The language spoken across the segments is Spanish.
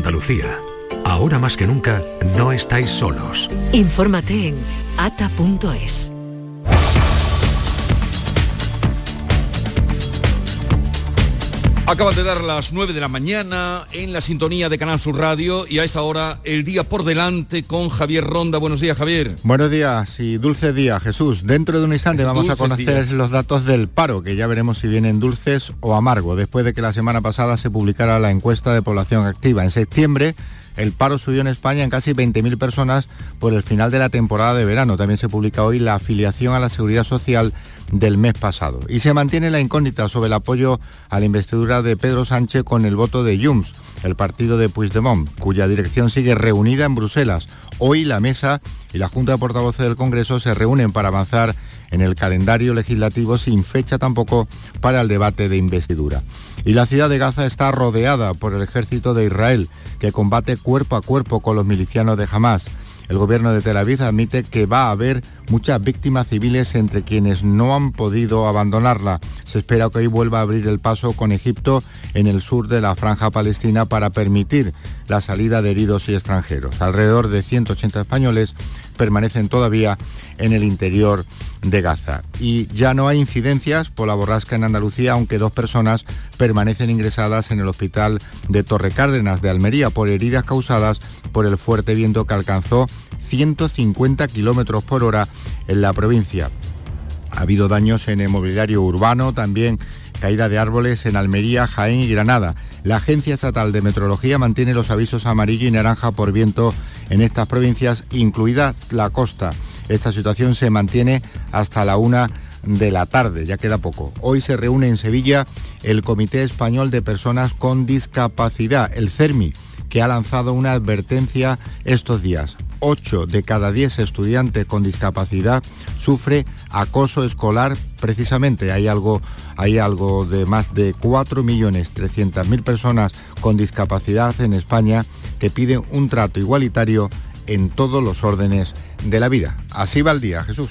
Andalucía. Ahora más que nunca, no estáis solos. Infórmate en ata.es. Acaban de dar las 9 de la mañana en la sintonía de Canal Sur Radio y a esta hora el día por delante con Javier Ronda. Buenos días, Javier. Buenos días y dulces días, Jesús. Dentro de un instante vamos a conocer los datos del paro, que ya veremos si vienen dulces o amargos, después de que la semana pasada se publicara la encuesta de población activa. En septiembre, el paro subió en España en casi 20.000 personas por el final de la temporada de verano. También se publica hoy la afiliación a la Seguridad Social del mes pasado. Y se mantiene la incógnita sobre el apoyo a la investidura de Pedro Sánchez con el voto de Junts, el partido de Puigdemont, cuya dirección sigue reunida en Bruselas. Hoy la mesa y la Junta de Portavoces del Congreso se reúnen para avanzar en el calendario legislativo sin fecha tampoco para el debate de investidura. Y la ciudad de Gaza está rodeada por el ejército de Israel, que combate cuerpo a cuerpo con los milicianos de Hamás. El gobierno de Tel Aviv admite que va a haber muchas víctimas civiles entre quienes no han podido abandonarla. Se espera que hoy vuelva a abrir el paso con Egipto en el sur de la franja palestina para permitir la salida de heridos y extranjeros. Alrededor de 180 españoles permanecen todavía en el interior de Gaza. Y ya no hay incidencias por la borrasca en Andalucía, aunque 2 personas permanecen ingresadas en el hospital de Torrecárdenas de Almería por heridas causadas por el fuerte viento que alcanzó 150 kilómetros por hora en la provincia. Ha habido daños en el mobiliario urbano, también caída de árboles en Almería, Jaén y Granada. La Agencia Estatal de Meteorología mantiene los avisos amarillo y naranja por viento en estas provincias, incluida la costa. Esta situación se mantiene hasta la 1 de la tarde, ya queda poco. Hoy se reúne en Sevilla el Comité Español de Personas con Discapacidad, el CERMI, que ha lanzado una advertencia estos días. 8 de cada 10 estudiantes con discapacidad sufre acoso escolar precisamente. Hay algo de más de 4.300.000 personas con discapacidad en España que piden un trato igualitario en todos los órdenes de la vida. Así va el día, Jesús.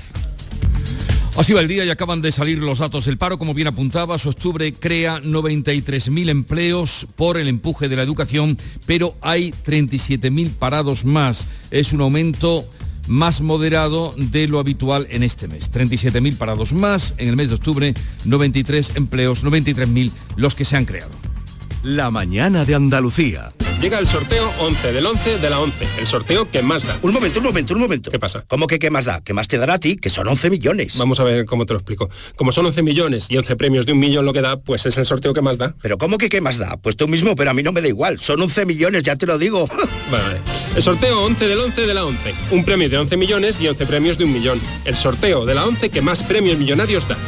Así va el día y acaban de salir los datos del paro. Como bien apuntaba, Soctubre crea 93.000 empleos por el empuje de la educación, pero hay 37.000 parados más. Es un aumento más moderado de lo habitual en este mes. 37.000 parados más en el mes de octubre, 93 empleos, 93.000 los que se han creado. La mañana de Andalucía. Llega el sorteo 11 del 11 de la 11, el sorteo que más da. Un momento. ¿Qué pasa? ¿Cómo que qué más da? ¿Qué más te dará a ti? Que son 11 millones. Vamos a ver cómo te lo explico. Como son 11 millones y 11 premios de 1 millón lo que da, pues es el sorteo que más da. ¿Pero cómo que qué más da? Pues tú mismo, pero a mí no me da igual. Son 11 millones, ya te lo digo. Vale. El sorteo 11 del 11 de la 11. Un premio de 11 millones y 11 premios de 1 millón. El sorteo de la 11 que más premios millonarios da.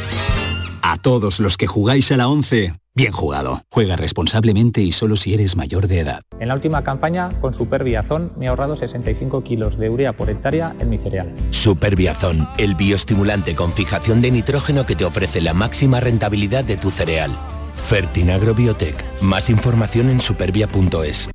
A todos los que jugáis a la 11, bien jugado. Juega responsablemente y solo si eres mayor de edad. En la última campaña, con Superbiazón, me he ahorrado 65 kilos de urea por hectárea en mi cereal. Superbiazón, el bioestimulante con fijación de nitrógeno que te ofrece la máxima rentabilidad de tu cereal. Fertinagro Biotech. Más información en supervia.es.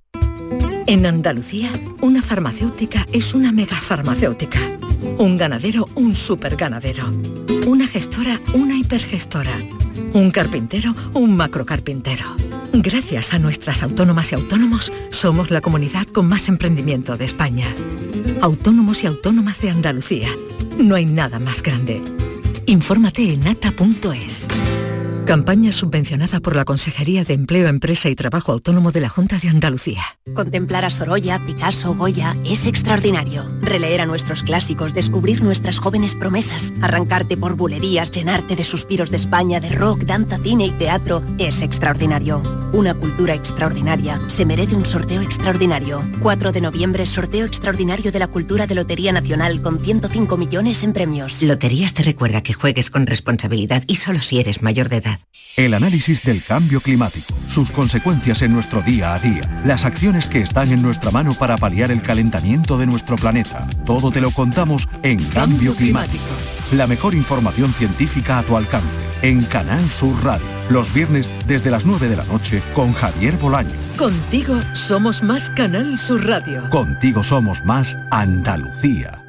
En Andalucía, una farmacéutica es una megafarmacéutica. Un ganadero, un superganadero. Una gestora, una hipergestora. Un carpintero, un macrocarpintero. Gracias a nuestras autónomas y autónomos, somos la comunidad con más emprendimiento de España. Autónomos y autónomas de Andalucía. No hay nada más grande. Infórmate en ata.es. Campaña subvencionada por la Consejería de Empleo, Empresa y Trabajo Autónomo de la Junta de Andalucía. Contemplar a Sorolla, Picasso, Goya es extraordinario. Releer a nuestros clásicos, descubrir nuestras jóvenes promesas, arrancarte por bulerías, llenarte de suspiros de España, de rock, danza, cine y teatro es extraordinario. Una cultura extraordinaria se merece un sorteo extraordinario. 4 de noviembre, sorteo extraordinario de la cultura de Lotería Nacional con 105 millones en premios. Loterías te recuerda que juegues con responsabilidad y solo si eres mayor de edad. El análisis del cambio climático, sus consecuencias en nuestro día a día, las acciones que están en nuestra mano para paliar el calentamiento de nuestro planeta. Todo te lo contamos en Cambio Climático. La mejor información científica a tu alcance, en Canal Sur Radio. Los viernes desde las 9 de la noche con Javier Bolaño. Contigo somos más Canal Sur Radio. Contigo somos más Andalucía.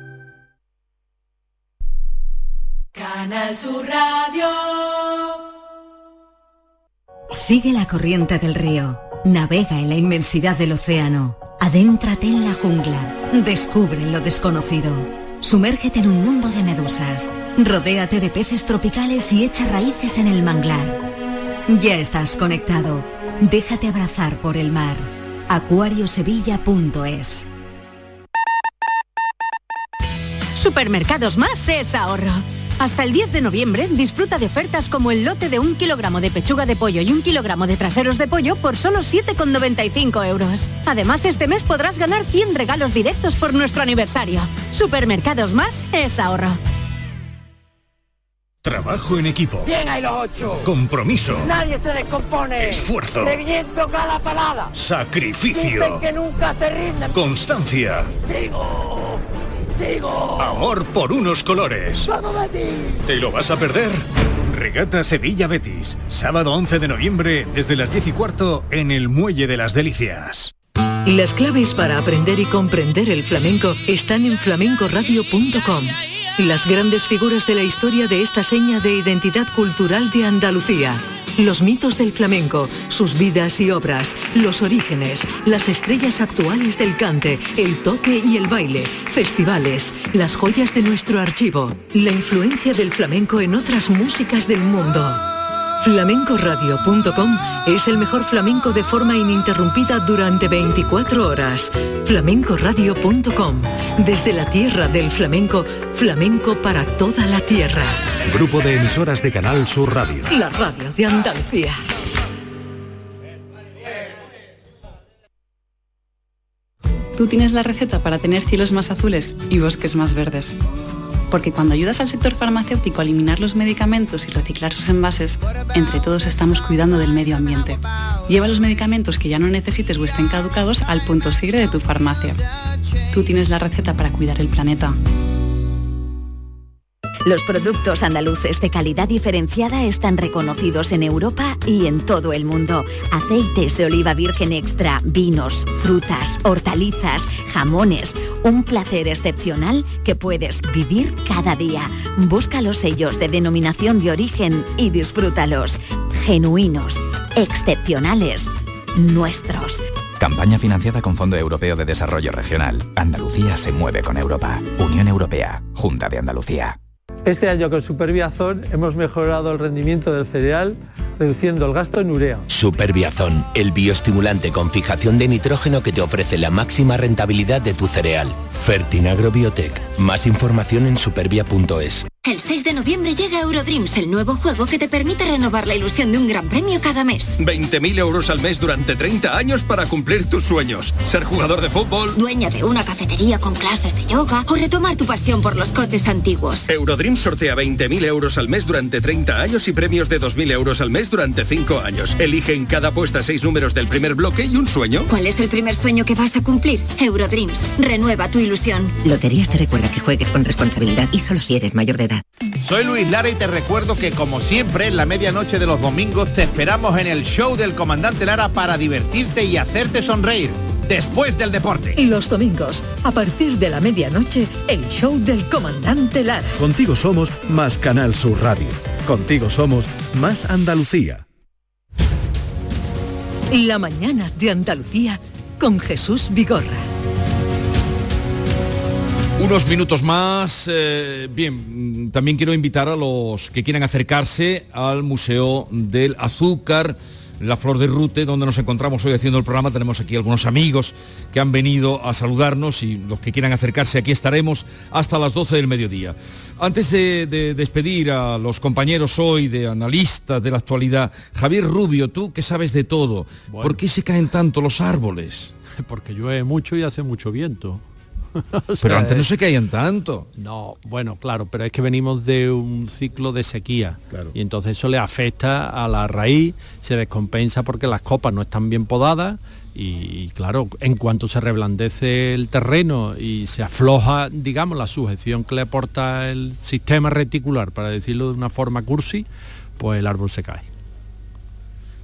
Canal Sur Radio. Sigue la corriente del río. Navega en la inmensidad del océano. Adéntrate en la jungla. Descubre lo desconocido. Sumérgete en un mundo de medusas. Rodéate de peces tropicales y echa raíces en el manglar. Ya estás conectado. Déjate abrazar por el mar. acuariosevilla.es. Supermercados Más es ahorro. Hasta el 10 de noviembre disfruta de ofertas como el lote de 1 kilogramo de pechuga de pollo y 1 kilogramo de traseros de pollo por solo 7,95 euros. Además, este mes podrás ganar 100 regalos directos por nuestro aniversario. Supermercados Más es ahorro. Trabajo en equipo. Bien hay los 8. Compromiso. Nadie se descompone. Esfuerzo. Reviento cada palada. Sacrificio. Dicen que nunca se rinden. Constancia. Sigo. Amor por unos colores. ¡Vamos, Betis! ¿Te lo vas a perder? Regata Sevilla-Betis. Sábado 11 de noviembre desde las 10:15 en el Muelle de las Delicias. Las claves para aprender y comprender el flamenco están en flamencoradio.com. Las grandes figuras de la historia de esta seña de identidad cultural de Andalucía. Los mitos del flamenco, sus vidas y obras, los orígenes, las estrellas actuales del cante, el toque y el baile, festivales, las joyas de nuestro archivo, la influencia del flamenco en otras músicas del mundo. Flamencoradio.com es el mejor flamenco de forma ininterrumpida durante 24 horas. Flamencoradio.com, desde la tierra del flamenco, flamenco para toda la tierra. Grupo de emisoras de Canal Sur Radio. La radio de Andalucía. Tú tienes la receta para tener cielos más azules y bosques más verdes. Porque cuando ayudas al sector farmacéutico a eliminar los medicamentos y reciclar sus envases, entre todos estamos cuidando del medio ambiente. Lleva los medicamentos que ya no necesites o estén caducados al punto sigre de tu farmacia. Tú tienes la receta para cuidar el planeta. Los productos andaluces de calidad diferenciada están reconocidos en Europa y en todo el mundo. Aceites de oliva virgen extra, vinos, frutas, hortalizas, jamones. Un placer excepcional que puedes vivir cada día. Busca los sellos de denominación de origen y disfrútalos. Genuinos, excepcionales, nuestros. Campaña financiada con Fondo Europeo de Desarrollo Regional. Andalucía se mueve con Europa. Unión Europea. Junta de Andalucía. Este año con Superbiazón hemos mejorado el rendimiento del cereal, reduciendo el gasto en urea. Superbiazón, el bioestimulante con fijación de nitrógeno que te ofrece la máxima rentabilidad de tu cereal. Fertinagro Biotech. Más información en superbia.es. El 6 de noviembre llega Eurodreams, el nuevo juego que te permite renovar la ilusión de un gran premio cada mes. 20.000 euros al mes durante 30 años para cumplir tus sueños. Ser jugador de fútbol, dueña de una cafetería con clases de yoga o retomar tu pasión por los coches antiguos. Eurodreams sortea 20.000 euros al mes durante 30 años y premios de 2.000 euros al mes durante 5 años. Elige en cada apuesta 6 números del primer bloque y un sueño. ¿Cuál es el primer sueño que vas a cumplir? Eurodreams. Renueva tu ilusión. Loterías te recuerda que juegues con responsabilidad y solo si eres mayor de edad. Soy Luis Lara y te recuerdo que, como siempre, en la medianoche de los domingos te esperamos en el show del Comandante Lara para divertirte y hacerte sonreír después del deporte. Los domingos, a partir de la medianoche, el show del Comandante Lara. Contigo somos más Canal Sur Radio. Contigo somos más Andalucía. La mañana de Andalucía con Jesús Vigorra. Unos minutos más. Bien, también quiero invitar a los que quieran acercarse al Museo del Azúcar, la Flor de Rute, donde nos encontramos hoy haciendo el programa. Tenemos aquí algunos amigos que han venido a saludarnos y los que quieran acercarse, aquí estaremos hasta las 12 del mediodía. Antes de despedir a los compañeros hoy de analistas de la actualidad, Javier Rubio, tú que sabes de todo, bueno, ¿por qué se caen tanto los árboles? Porque llueve mucho y hace mucho viento. O sea, pero antes no se caían tanto. No, bueno, claro, pero es que venimos de un ciclo de sequía, claro, y entonces eso le afecta a la raíz, se descompensa porque las copas no están bien podadas y claro, en cuanto se reblandece el terreno y se afloja, digamos, la sujeción que le aporta el sistema reticular, para decirlo de una forma cursi, pues el árbol se cae.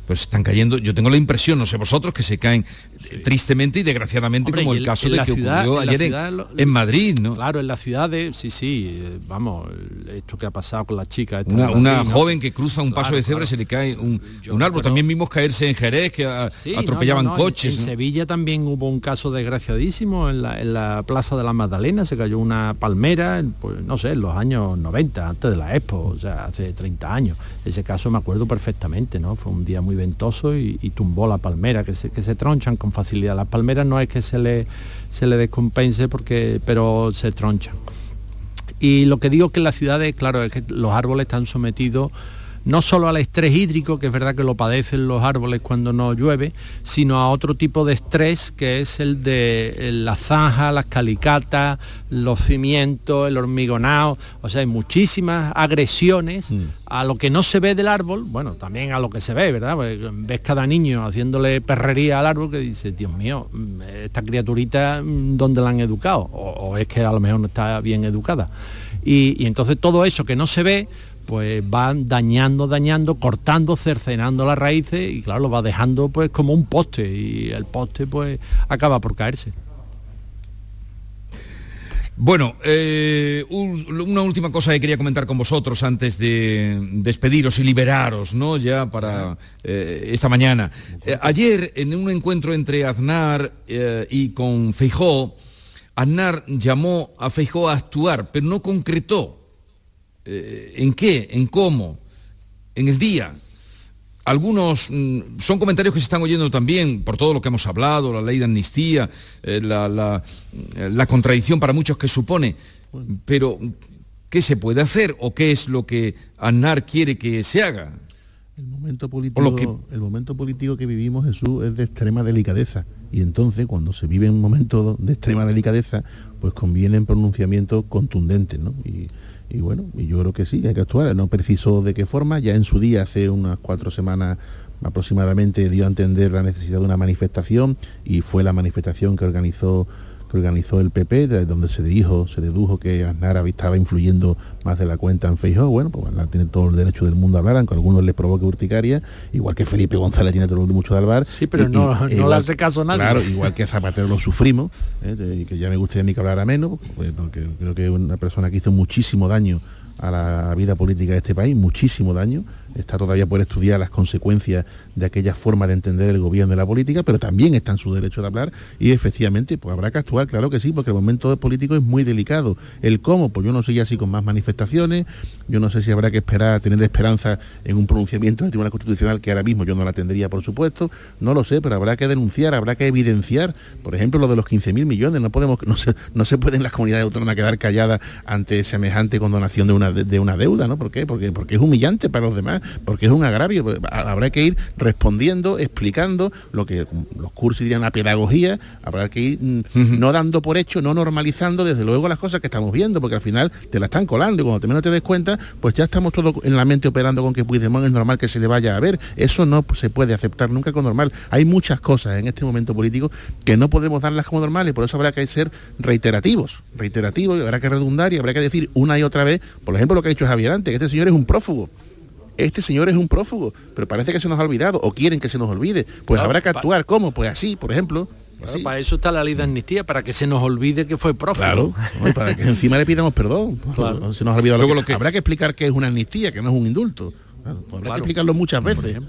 pues están cayendo, yo tengo la impresión, no sé vosotros, que se caen tristemente y desgraciadamente. Hombre, como el caso de que ocurrió ayer en Madrid, ¿no? Claro, en la ciudad de, vamos, esto que ha pasado con la chica. Una joven que cruza un paso de cebra y se le cae un árbol. También vimos caerse en Jerez, que atropellaban coches. En Sevilla también hubo un caso desgraciadísimo en la Plaza de la Magdalena, se cayó una palmera, pues, no sé, en los años 90, antes de la Expo, o sea, hace 30 años. Ese caso me acuerdo perfectamente, ¿no? Fue un día muy ventoso y tumbó la palmera, que se tronchan con facilidad. Las palmeras no es que se le descompense, pero se tronchan. Y lo que digo que en las ciudades, claro, es que los árboles están sometidos no solo al estrés hídrico, que es verdad que lo padecen los árboles cuando no llueve, sino a otro tipo de estrés, que es el de las zanjas, las calicatas, los cimientos, el hormigonado. O sea, hay muchísimas agresiones a lo que no se ve del árbol, bueno, también a lo que se ve, ¿verdad? Porque ves cada niño haciéndole perrería al árbol que dice, Dios mío, esta criaturita, ¿dónde la han educado? O es que a lo mejor no está bien educada. Y entonces todo eso que no se ve, pues van dañando, cortando, cercenando las raíces y claro, lo va dejando pues como un poste y el poste pues acaba por caerse. Bueno, una última cosa que quería comentar con vosotros antes de despediros y liberaros, ¿no? Ya para esta mañana. Ayer, en un encuentro entre Aznar y con Feijóo, Aznar llamó a Feijóo a actuar, pero no concretó. ¿En qué? ¿En cómo? ¿En el día? Algunos son comentarios que se están oyendo también por todo lo que hemos hablado, la ley de amnistía, la contradicción para muchos que supone. Pero, ¿qué se puede hacer o qué es lo que Aznar quiere que se haga? El momento político que vivimos, Jesús, es de extrema delicadeza. Y entonces, cuando se vive un momento de extrema delicadeza, pues convienen pronunciamientos contundentes, ¿no? Y bueno, y yo creo que sí, hay que actuar, no preciso de qué forma. Ya en su día, hace unas 4 semanas aproximadamente, dio a entender la necesidad de una manifestación y fue la manifestación que organizó el PP, de donde se dedujo que Aznar estaba influyendo más de la cuenta en Feijóo. Bueno, pues Aznar tiene todo el derecho del mundo a hablar, aunque a algunos les provoque urticaria, igual que Felipe González tiene todo el mucho de hablar. Sí, pero no le hace caso a nadie. Claro, igual que a Zapatero lo sufrimos, y que ya me gustaría a mí que hablara menos, porque creo que es una persona que hizo muchísimo daño a la vida política de este país, muchísimo daño. Está todavía por estudiar las consecuencias de aquella forma de entender el gobierno de la política, pero también está en su derecho de hablar y efectivamente pues habrá que actuar, claro que sí, porque el momento político es muy delicado. El cómo, pues yo no sé ya si con más manifestaciones, yo no sé si habrá que tener esperanza en un pronunciamiento del Tribunal Constitucional, que ahora mismo yo no la tendría, por supuesto, no lo sé, pero habrá que denunciar, habrá que evidenciar, por ejemplo, lo de los 15.000 millones, no se pueden las comunidades autónomas quedar calladas ante semejante condonación de una deuda, ¿no? ¿Por qué? Porque es humillante para los demás, porque es un agravio. Habrá que ir respondiendo, explicando lo que los cursos dirían la pedagogía, habrá que ir no dando por hecho, no normalizando desde luego las cosas que estamos viendo, porque al final te la están colando y cuando menos te des cuenta, pues ya estamos todos en la mente operando con que Puigdemont es normal que se le vaya a ver. Eso no se puede aceptar nunca como normal. Hay muchas cosas en este momento político que no podemos darlas como normales, por eso habrá que ser reiterativos, y habrá que redundar y habrá que decir una y otra vez, por ejemplo, lo que ha dicho Javier antes, que este señor es un prófugo. Pero parece que se nos ha olvidado, o quieren que se nos olvide. Pues habrá que actuar. ¿Cómo? Pues así, por ejemplo. Claro, para eso está la ley de amnistía, para que se nos olvide que fue prófugo. Claro, para que encima le pidamos perdón. Claro. Se nos ha olvidado habrá que explicar que es una amnistía, que no es un indulto. Claro, habrá que explicarlo muchas veces.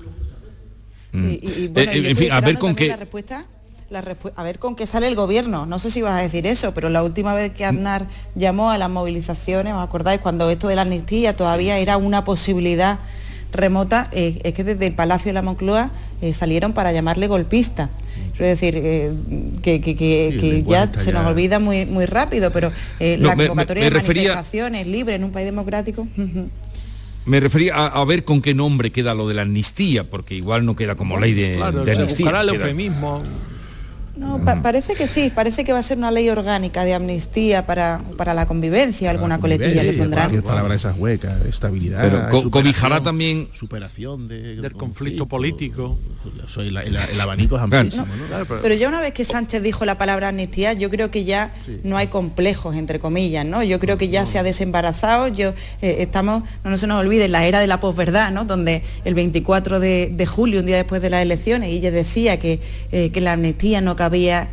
En fin, a ver con qué... a ver con qué sale el gobierno. No sé si vas a decir eso, pero la última vez que Aznar llamó a las movilizaciones, ¿os acordáis? Cuando esto de la amnistía todavía era una posibilidad remota, es que desde el Palacio de la Moncloa salieron para llamarle golpista. Es decir, que ya se nos olvida muy rápido, pero la convocatoria de manifestaciones libres en un país democrático... Me refería a ver con qué nombre queda lo de la amnistía, porque igual no queda como ley de amnistía. Buscará el eufemismo. No, parece que sí, parece que va a ser una ley orgánica de amnistía para la convivencia, alguna coletilla le pondrán. Cualquier palabra esas huecas, estabilidad. Pero cobijará también superación del conflicto político. El abanico es amplísimo, ¿no? Pero ya una vez que Sánchez dijo la palabra amnistía, yo creo que ya no hay complejos, entre comillas, ¿no? Yo creo que ya se ha desembarazado. Estamos, no se nos olvide, en la era de la posverdad, ¿no? Donde el 24 de julio, un día después de las elecciones, ella decía que la amnistía no cabía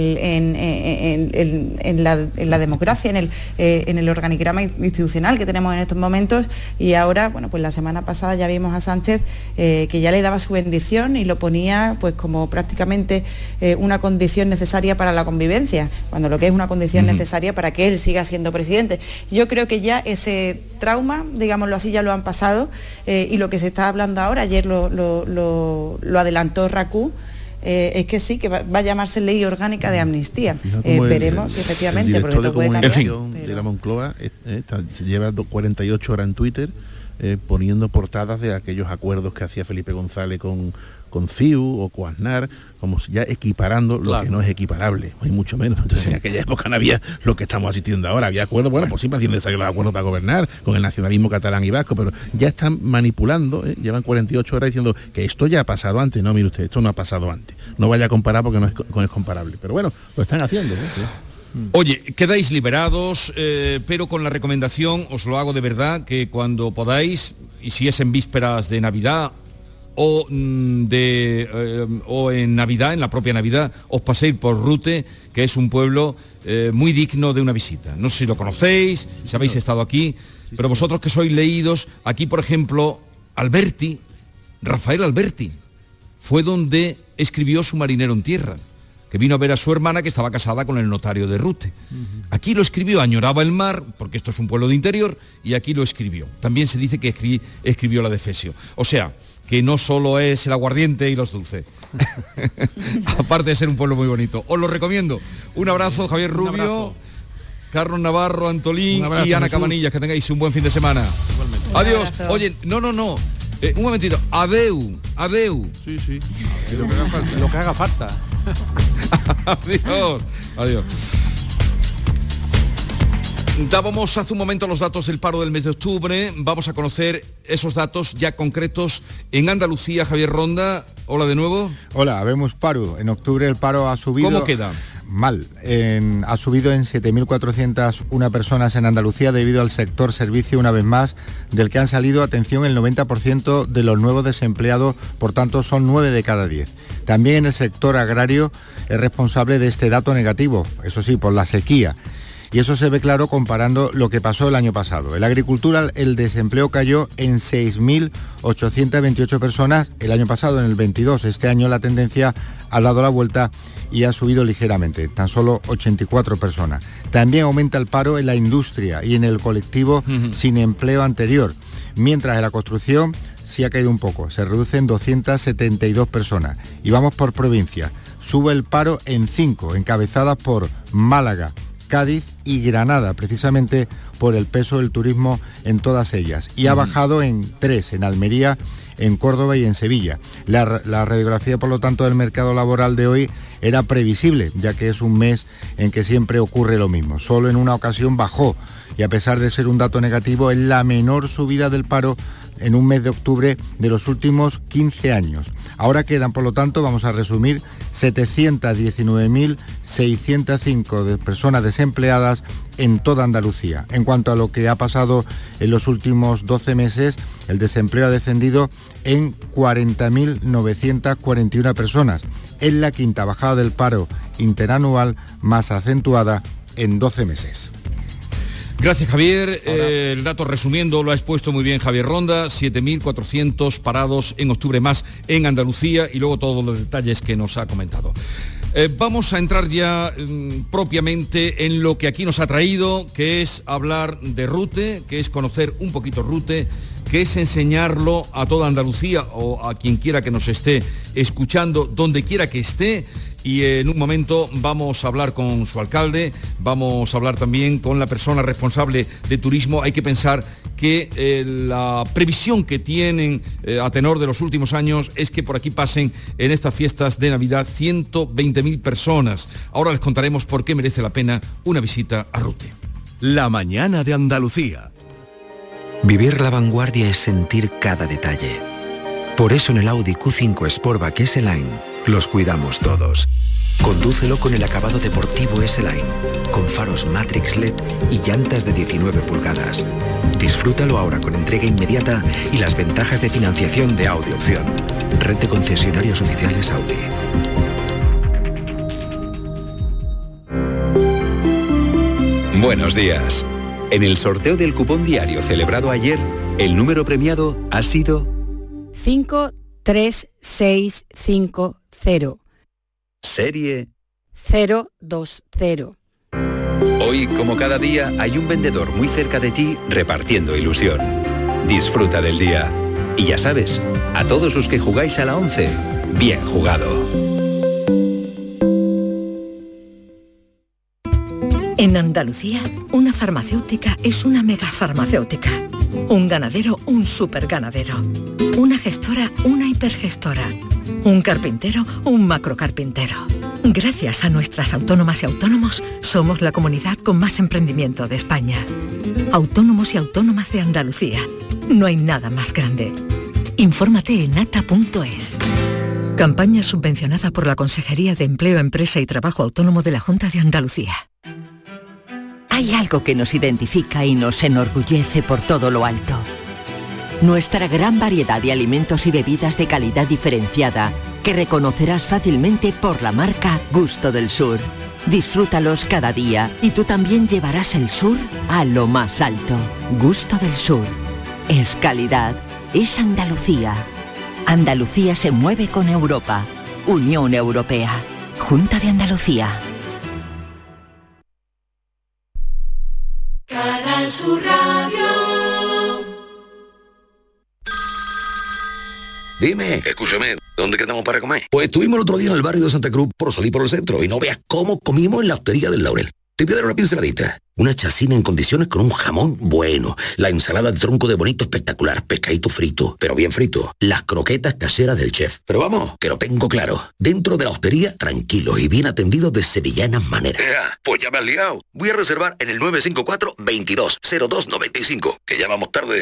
en la democracia, en el organigrama institucional que tenemos en estos momentos, y ahora, bueno, pues la semana pasada ya vimos a Sánchez que ya le daba su bendición y lo ponía pues como prácticamente una condición necesaria para la convivencia, cuando lo que es una condición necesaria para que él siga siendo presidente. Yo creo que ya ese trauma, digámoslo así, ya lo han pasado, y lo que se está hablando ahora, ayer lo adelantó Racú, es que sí, que va a llamarse ley orgánica de amnistía. Veremos si efectivamente, porque todo puede cambiar. De la Moncloa lleva 48 horas en Twitter poniendo portadas de aquellos acuerdos que hacía Felipe González con CIU o con Aznar, como ya equiparando lo que no es equiparable, hay mucho menos. Entonces en aquella época no había lo que estamos asistiendo ahora, había acuerdos, bueno, pues siempre haciendo los acuerdos para gobernar, con el nacionalismo catalán y vasco, pero ya están manipulando, llevan 48 horas diciendo que esto ya ha pasado antes. No, mire usted, esto no ha pasado antes, no vaya a comparar porque no es comparable, pero bueno, lo están haciendo, ¿no? Oye, quedáis liberados, pero con la recomendación, os lo hago de verdad, que cuando podáis, y si es en vísperas de Navidad o en Navidad, en la propia Navidad, os paséis por Rute, que es un pueblo muy digno de una visita. No sé si lo conocéis, si habéis estado aquí, pero vosotros que sois leídos, aquí por ejemplo, Rafael Alberti, fue donde escribió Su marinero en tierra, que vino a ver a su hermana que estaba casada con el notario de Rute. Aquí lo escribió, añoraba el mar, porque esto es un pueblo de interior, y aquí lo escribió. También se dice que escribió la de Efesio. O sea, que no solo es el aguardiente y los dulces. Aparte de ser un pueblo muy bonito. Os lo recomiendo. Un abrazo, Javier Rubio, Carlos Navarro, Antolín y Ana Cabanillas. Que tengáis un buen fin de semana. Igualmente. Adiós. Oye, no. Un momentito. Adeu. Sí. Lo que haga falta. Adiós. Dábamos hace un momento los datos del paro del mes de octubre. Vamos a conocer esos datos ya concretos en Andalucía. Javier Ronda, hola de nuevo. Hola, habemos paro. En octubre el paro ha subido... ¿Cómo queda? Mal. Ha subido en 7.401 personas en Andalucía debido al sector servicio, una vez más, del que han salido, atención, el 90% de los nuevos desempleados, por tanto son 9 de cada 10. También en el sector agrario es responsable de este dato negativo, eso sí, por la sequía. Y eso se ve claro comparando lo que pasó el año pasado. En la agricultura el desempleo cayó en 6.828 personas el año pasado, en el 22. Este año la tendencia ha dado la vuelta y ha subido ligeramente, tan solo 84 personas. También aumenta el paro en la industria y en el colectivo sin empleo anterior, mientras en la construcción sí ha caído un poco, se reduce en 272 personas. Y vamos por provincia. Sube el paro en 5, encabezadas por Málaga, Cádiz y Granada, precisamente por el peso del turismo en todas ellas. Y ha bajado en 3, en Almería, en Córdoba y en Sevilla. La radiografía, por lo tanto, del mercado laboral de hoy era previsible, ya que es un mes en que siempre ocurre lo mismo. Solo en una ocasión bajó, y a pesar de ser un dato negativo, es la menor subida del paro en un mes de octubre de los últimos 15 años. Ahora quedan, por lo tanto, vamos a resumir, 719.605 de personas desempleadas en toda Andalucía. En cuanto a lo que ha pasado en los últimos 12 meses, el desempleo ha descendido en 40.941 personas. Es la quinta bajada del paro interanual más acentuada en 12 meses. Gracias, Javier. El dato resumiendo lo ha expuesto muy bien Javier Ronda, 7.400 parados en octubre más en Andalucía, y luego todos los detalles que nos ha comentado. Vamos a entrar ya propiamente en lo que aquí nos ha traído, que es hablar de Rute, que es conocer un poquito Rute, que es enseñarlo a toda Andalucía o a quien quiera que nos esté escuchando, donde quiera que esté. Y en un momento vamos a hablar con su alcalde, vamos a hablar también con la persona responsable de turismo. Hay que pensar que la previsión que tienen a tenor de los últimos años es que por aquí pasen en estas fiestas de Navidad 120.000 personas. Ahora les contaremos por qué merece la pena una visita a Rute. La mañana de Andalucía. Vivir la vanguardia es sentir cada detalle. Por eso en el Audi Q5 Sportback S-Line los cuidamos todos. Condúcelo con el acabado deportivo S-Line, con faros Matrix LED y llantas de 19 pulgadas. Disfrútalo ahora con entrega inmediata y las ventajas de financiación de Audi Opción. Red de concesionarios oficiales Audi. Buenos días. En el sorteo del cupón diario celebrado ayer, el número premiado ha sido 53650. Serie 020. Hoy, como cada día, hay un vendedor muy cerca de ti repartiendo ilusión. Disfruta del día. Y ya sabes, a todos los que jugáis a la 11, bien jugado. En Andalucía, una farmacéutica es una megafarmacéutica. Un ganadero, un superganadero. Una gestora, una hipergestora. Un carpintero, un macrocarpintero. Gracias a nuestras autónomas y autónomos, somos la comunidad con más emprendimiento de España. Autónomos y autónomas de Andalucía. No hay nada más grande. Infórmate en ata.es. Campaña subvencionada por la Consejería de Empleo, Empresa y Trabajo Autónomo de la Junta de Andalucía. Hay algo que nos identifica y nos enorgullece por todo lo alto. Nuestra gran variedad de alimentos y bebidas de calidad diferenciada, que reconocerás fácilmente por la marca Gusto del Sur. Disfrútalos cada día y tú también llevarás el sur a lo más alto. Gusto del Sur. Es calidad, es Andalucía. Andalucía se mueve con Europa. Unión Europea. Junta de Andalucía. Canal Sur Radio. Dime, escúchame, ¿dónde quedamos para comer? Pues estuvimos el otro día en el barrio de Santa Cruz por salir por el centro y no veas cómo comimos en la hostería del Laurel. Te voy a dar una pinceladita. Una chacina en condiciones con un jamón bueno. La ensalada de tronco de bonito espectacular. Pescadito frito, pero bien frito. Las croquetas caseras del chef. Pero vamos, que lo tengo claro. Dentro de la hostería, tranquilos y bien atendidos de sevillanas maneras. Pues ya me has liado. Voy a reservar en el 954 22 02 95, que ya vamos tarde.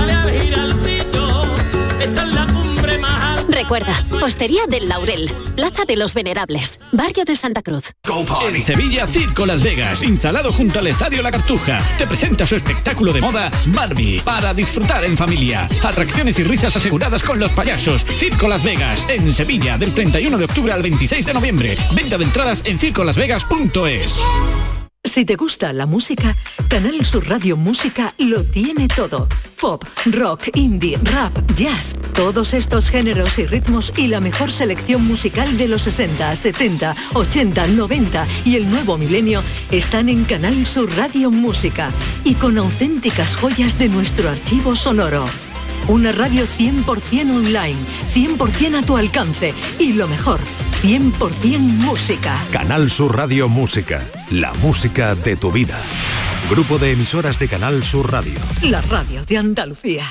Recuerda, Hostería del Laurel, Plaza de los Venerables, Barrio de Santa Cruz. En Sevilla, Circo Las Vegas, instalado junto al Estadio La Cartuja, te presenta su espectáculo de moda Barbie, para disfrutar en familia. Atracciones y risas aseguradas con los payasos. Circo Las Vegas, en Sevilla, del 31 de octubre al 26 de noviembre. Venta de entradas en circolasvegas.es. Si te gusta la música, Canal Sur Radio Música lo tiene todo. Pop, rock, indie, rap, jazz, todos estos géneros y ritmos y la mejor selección musical de los 60, 70, 80, 90 y el nuevo milenio están en Canal Sur Radio Música y con auténticas joyas de nuestro archivo sonoro. Una radio 100% online, 100% a tu alcance y lo mejor, 100% música. Canal Sur Radio Música, la música de tu vida. Grupo de emisoras de Canal Sur Radio. La radio de Andalucía.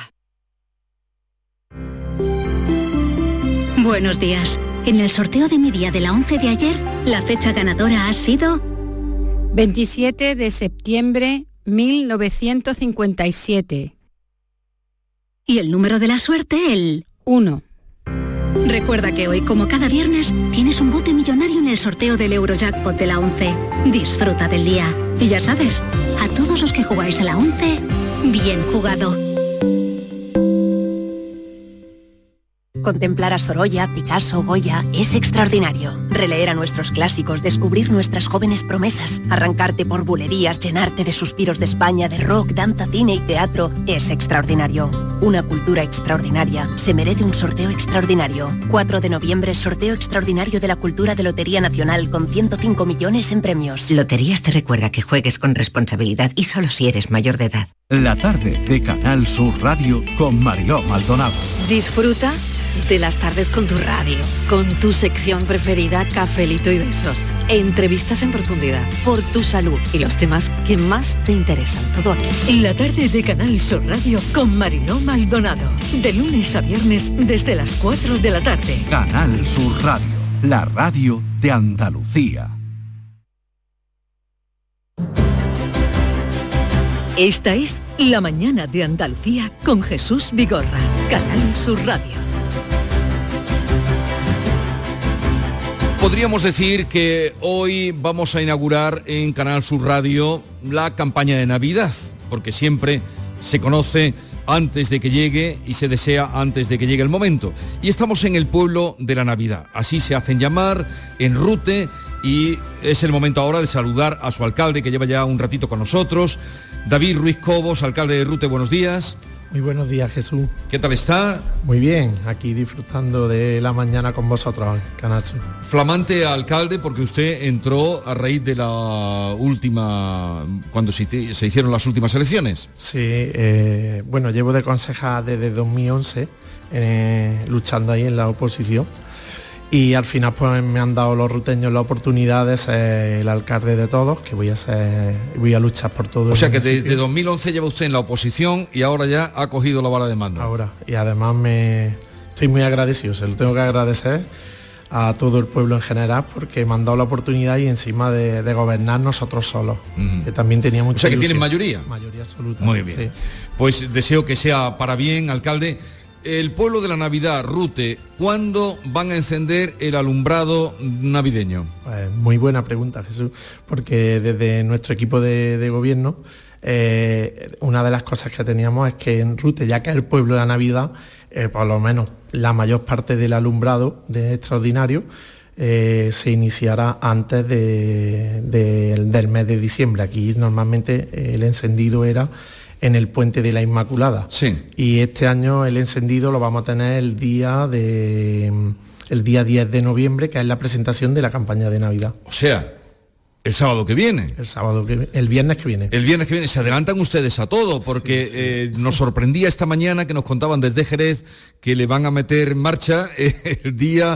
Buenos días. En el sorteo de mi día de la 11 de ayer, la fecha ganadora ha sido 27 de septiembre 1957. Y el número de la suerte, el 1. Recuerda que hoy, como cada viernes, tienes un bote millonario en el sorteo del Eurojackpot de la 11. Disfruta del día. Y ya sabes, a todos los que jugáis a la 11, bien jugado. Contemplar a Sorolla, Picasso, Goya es extraordinario. Releer a nuestros clásicos, descubrir nuestras jóvenes promesas, arrancarte por bulerías, llenarte de suspiros de España, de rock, danza, cine y teatro es extraordinario. Una cultura extraordinaria se merece un sorteo extraordinario. 4 de noviembre, sorteo extraordinario de la cultura de Lotería Nacional con 105 millones en premios. Loterías te recuerda que juegues con responsabilidad y solo si eres mayor de edad. La tarde de Canal Sur Radio con Mariló Maldonado. Disfruta de las tardes con tu radio, con tu sección preferida, Cafelito y Besos, entrevistas en profundidad, por tu salud y los temas que más te interesan. Todo aquí. La tarde de Canal Sur Radio con Mariló Maldonado, de lunes a viernes desde las 4 de la tarde. Canal Sur Radio, la radio de Andalucía. Esta es La Mañana de Andalucía con Jesús Vigorra, Canal Sur Radio. Podríamos decir que hoy vamos a inaugurar en Canal Sur Radio la campaña de Navidad, porque siempre se conoce antes de que llegue y se desea antes de que llegue el momento. Y estamos en el pueblo de la Navidad, así se hacen llamar, en Rute, y es el momento ahora de saludar a su alcalde, que lleva ya un ratito con nosotros, David Ruiz Cobos, alcalde de Rute. Buenos días. Muy buenos días, Jesús. ¿Qué tal está? Muy bien, aquí disfrutando de la mañana con vosotros, Canal Sur. Flamante alcalde, porque usted entró a raíz de la última, cuando se hicieron las últimas elecciones. Sí, bueno, llevo de concejal desde 2011, luchando ahí en la oposición. Y al final pues me han dado los ruteños la oportunidad de ser el alcalde de todos, que voy a luchar por todo. O sea que desde 2011 lleva usted en la oposición y ahora ya ha cogido la vara de mando. Ahora, y además estoy muy agradecido, se lo tengo que agradecer a todo el pueblo en general, porque me han dado la oportunidad y encima de gobernar nosotros solos, que también tenía mucha ilusión. O sea que tienen mayoría. Mayoría absoluta. Muy bien. Sí. Pues deseo que sea para bien, alcalde. El pueblo de la Navidad, Rute, ¿cuándo van a encender el alumbrado navideño? Pues muy buena pregunta, Jesús, porque desde nuestro equipo de gobierno, una de las cosas que teníamos es que en Rute, ya que es el pueblo de la Navidad, por lo menos la mayor parte del alumbrado de extraordinario se iniciará antes del mes de diciembre. Aquí normalmente el encendido era en el Puente de la Inmaculada. Sí. Y este año el encendido lo vamos a tener el día 10 de noviembre, que es la presentación de la campaña de Navidad. O sea, el sábado que viene. El viernes que viene. El viernes que viene. Se adelantan ustedes a todo, porque sí. Nos sorprendía esta mañana que nos contaban desde Jerez que le van a meter en marcha el día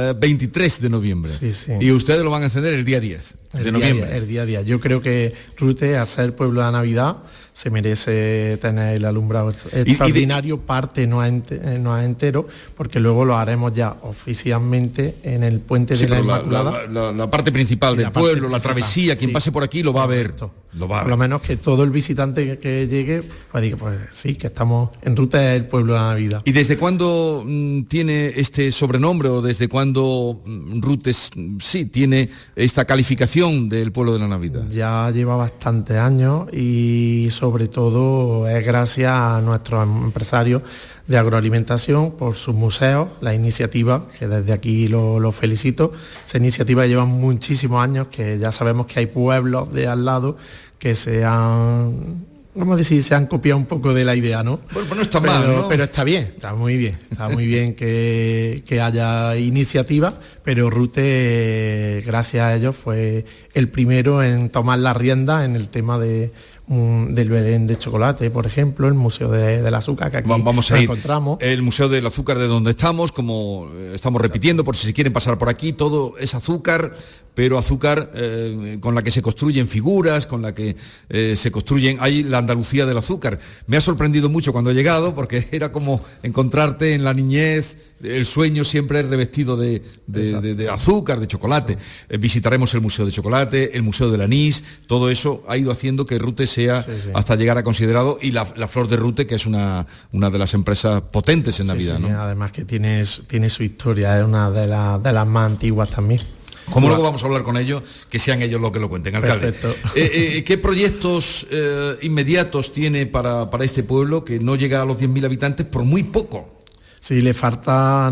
23 de noviembre. Sí, sí. Y ustedes lo van a encender el día 10 de noviembre. El día 10. Yo creo que Rute, al ser el pueblo de la Navidad, se merece tener el alumbrado extraordinario, parte no es entero, porque luego lo haremos ya oficialmente en el Puente de la Inmaculada. La parte principal del pueblo, la travesía, quien pase por aquí lo va a ver. Por lo menos que todo el visitante que llegue pues diga, pues sí, que estamos en Rute, es el pueblo de la Navidad. ¿Y desde cuándo tiene este sobrenombre, o desde cuándo Rute tiene esta calificación del pueblo de la Navidad? Ya lleva bastantes años, y sobre todo es gracias a nuestros empresarios de agroalimentación por sus museos, la iniciativa, que desde aquí lo felicito. Esa iniciativa lleva muchísimos años, que ya sabemos que hay pueblos de al lado que se han copiado un poco de la idea, ¿no? Bueno, pues no está mal, ¿no? Pero está bien, está muy bien que haya iniciativa, pero Rute, gracias a ellos, fue el primero en tomar la rienda en el tema del Belén de chocolate, por ejemplo, el Museo del Azúcar, que aquí vamos a ir. Encontramos. El Museo del Azúcar, de donde estamos, como estamos repitiendo, por si se quieren pasar por aquí, todo es azúcar, pero azúcar con la que se construyen figuras, con la que se construyen, hay la Andalucía del azúcar. Me ha sorprendido mucho cuando he llegado, porque era como encontrarte en la niñez, el sueño siempre revestido de azúcar, de chocolate. Visitaremos el Museo de Chocolate, el Museo del Anís, todo eso ha ido haciendo que Rute sea hasta llegar a considerado, y la Flor de Rute, que es una de las empresas potentes en Navidad, ¿no? Además que tiene su historia, es una de las más antiguas también. Como luego vamos a hablar con ellos, que sean ellos los que lo cuenten, alcalde. Perfecto. ¿Qué proyectos inmediatos tiene para este pueblo, que no llega a los 10.000 habitantes por muy poco? Sí, le falta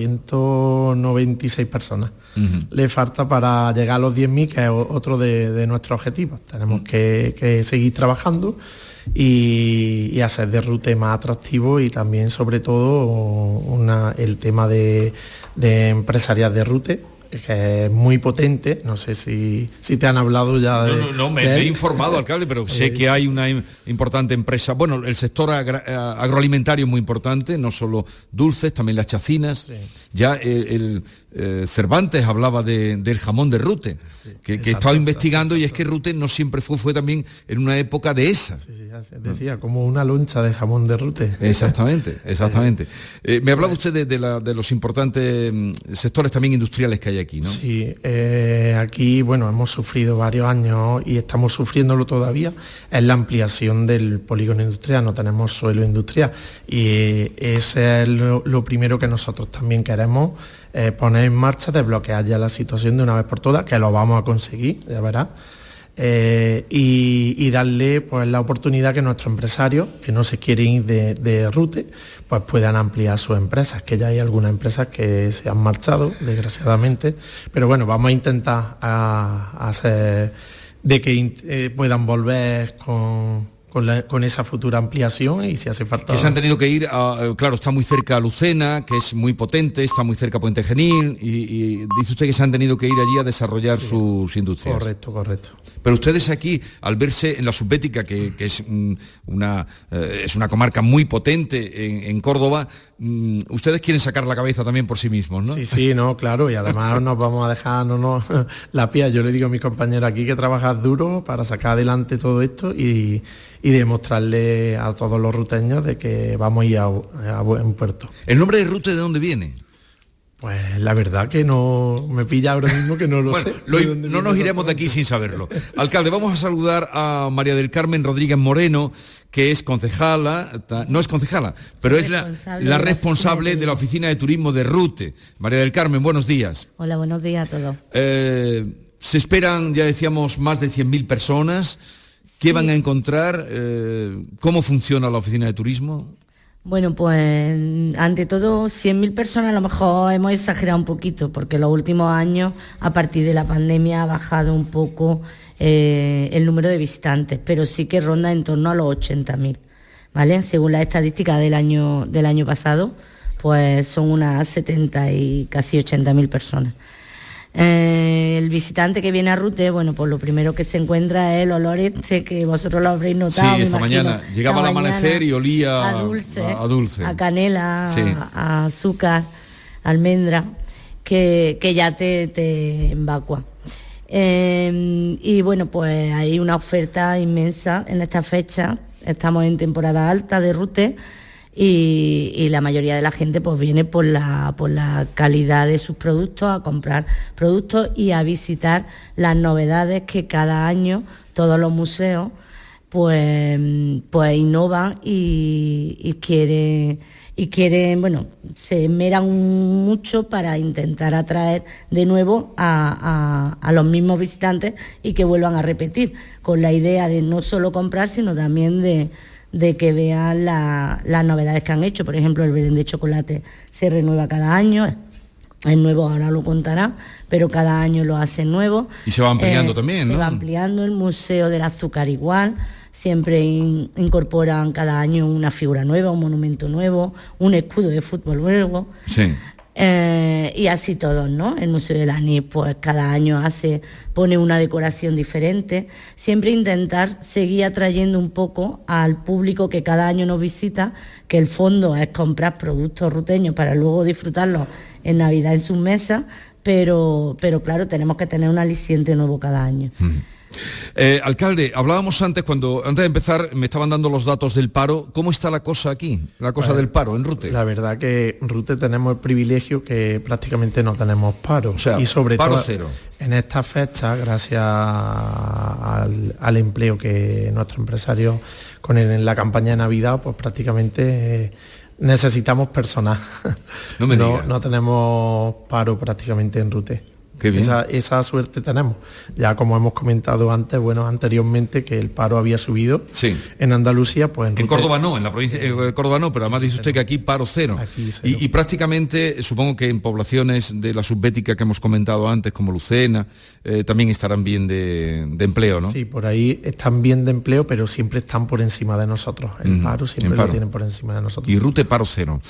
196 personas. Le falta para llegar a los 10.000, que es otro de nuestros objetivos. Tenemos que seguir trabajando y hacer de Rute más atractivo, y también, sobre todo, el tema de empresarias de Rute, que es muy potente. No sé si te han hablado ya de... No, me he informado, alcalde, pero sé que hay una importante empresa. Bueno, el sector agroalimentario es muy importante, no solo dulces, también las chacinas. Sí. Ya el Cervantes hablaba del jamón de Rute, que he estado investigando, y es que Rute no siempre fue también en una época de esa. Sí, decía, como una loncha de jamón de Rute. Exactamente. Me hablaba usted de los importantes sectores también industriales que hay aquí, ¿no? Sí, aquí, bueno, hemos sufrido varios años y estamos sufriéndolo todavía, es la ampliación del polígono industrial. No tenemos suelo industrial y ese es lo primero que nosotros también queremos poner en marcha, desbloquear ya la situación de una vez por todas, que lo vamos a conseguir, ya verás. Y darle pues la oportunidad que nuestros empresarios que no se quieren ir de Rute pues puedan ampliar sus empresas, que ya hay algunas empresas que se han marchado desgraciadamente, pero bueno, vamos a intentar hacer de que puedan volver con esa futura ampliación, y si hace falta... Que se han tenido que ir, claro, está muy cerca a Lucena, que es muy potente, está muy cerca a Puente Genil, y dice usted que se han tenido que ir allí a desarrollar sus industrias. Correcto. Pero ustedes aquí, al verse en la Subbética, que es una comarca muy potente en Córdoba, ustedes quieren sacar la cabeza también por sí mismos, ¿no? Sí, no, claro, y además nos vamos a dejar la piel. Yo le digo a mis compañeros aquí que trabajar duro para sacar adelante todo esto y demostrarle a todos los ruteños de que vamos a ir a buen puerto. ¿El nombre de Rute de dónde viene? Pues la verdad que no me pilla ahora mismo, que no lo sé. No nos iremos de aquí sin saberlo. Alcalde, vamos a saludar a María del Carmen Rodríguez Moreno, que es concejala, no es concejala, pero es la responsable de la Oficina de Turismo de Rute. María del Carmen, buenos días. Hola, buenos días a todos. Se esperan, ya decíamos, más de 100.000 personas. ¿Qué van a encontrar? ¿Cómo funciona la Oficina de Turismo? Bueno, pues ante todo 100.000 personas, a lo mejor hemos exagerado un poquito, porque los últimos años, a partir de la pandemia, ha bajado un poco el número de visitantes, pero sí que ronda en torno a los 80.000, ¿vale? Según las estadísticas del año pasado, pues son unas 70 y casi 80.000 personas. El visitante que viene a Rute, bueno, pues lo primero que se encuentra es el olor que vosotros lo habréis notado. Sí, esta mañana llegaba al amanecer y olía a dulce, a canela, sí, a azúcar, almendra, que ya te evacua. Y bueno, pues hay una oferta inmensa en esta fecha. Estamos en temporada alta de Rute. Y la mayoría de la gente pues viene por la calidad de sus productos, a comprar productos y a visitar las novedades que cada año todos los museos pues innovan y quieren, bueno, se esmeran mucho para intentar atraer de nuevo a los mismos visitantes y que vuelvan a repetir, con la idea de no solo comprar, sino también de que vean las novedades que han hecho. Por ejemplo, el Belén de chocolate se renueva cada año, es nuevo, ahora lo contará, pero cada año lo hacen nuevo. Y se va ampliando también, ¿no? Se va ampliando. El Museo del Azúcar igual, siempre incorporan cada año una figura nueva, un monumento nuevo, un escudo de fútbol nuevo. Sí. Y así todos, ¿no? El Museo del Anís, pues cada año pone una decoración diferente. Siempre intentar seguir atrayendo un poco al público que cada año nos visita, que el fondo es comprar productos ruteños para luego disfrutarlos en Navidad en sus mesas, pero claro, tenemos que tener un aliciente nuevo cada año. Alcalde, hablábamos antes de empezar, me estaban dando los datos del paro. ¿Cómo está la cosa aquí? La cosa del paro en Rute. La verdad que en Rute tenemos el privilegio que prácticamente no tenemos paro. O sea, y sobre paro todo cero. En estas fechas, gracias al empleo que nuestros empresarios en la campaña de Navidad, pues prácticamente necesitamos personal. No me digas. No tenemos paro prácticamente en Rute. Qué bien. Esa suerte tenemos. Ya como hemos comentado anteriormente, que el paro había subido en Andalucía, pues en Córdoba no, en la provincia de Córdoba no, pero además dice usted que aquí paro cero. Aquí y prácticamente, supongo que en poblaciones de la subbética que hemos comentado antes, como Lucena, también estarán bien de empleo, ¿no? Sí, por ahí están bien de empleo, pero siempre están por encima de nosotros. El paro siempre lo tienen por encima de nosotros. Y Rute paro cero.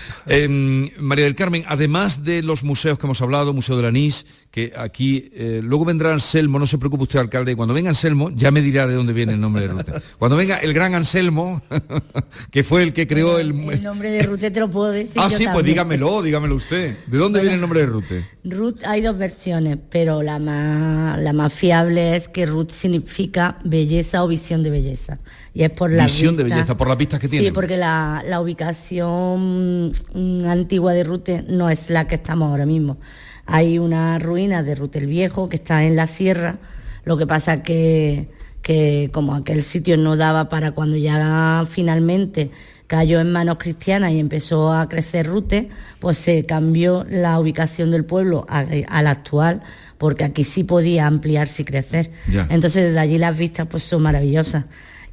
Sí. María del Carmen, además de los museos que hemos hablado, Museo del Anís, que aquí luego vendrá Anselmo, no se preocupe usted, alcalde, cuando venga Anselmo ya me dirá de dónde viene el nombre de Rute. Cuando venga el gran Anselmo, que fue el que creó el nombre de Rute, te lo puedo decir. Sí, también. Pues dígamelo usted. ¿De dónde viene el nombre de Rute? Ruth, hay dos versiones, pero la más fiable es que Ruth significa belleza o visión de belleza. Y es por la visión de belleza, por las vistas que tiene. Sí, porque la ubicación antigua de Rute no es la que estamos ahora mismo. Hay una ruina de Rute el Viejo que está en la sierra, lo que pasa que como aquel sitio no daba para cuando ya finalmente cayó en manos cristianas y empezó a crecer Rute, pues se cambió la ubicación del pueblo a la actual, porque aquí sí podía ampliarse y crecer. Ya. Entonces desde allí las vistas pues son maravillosas.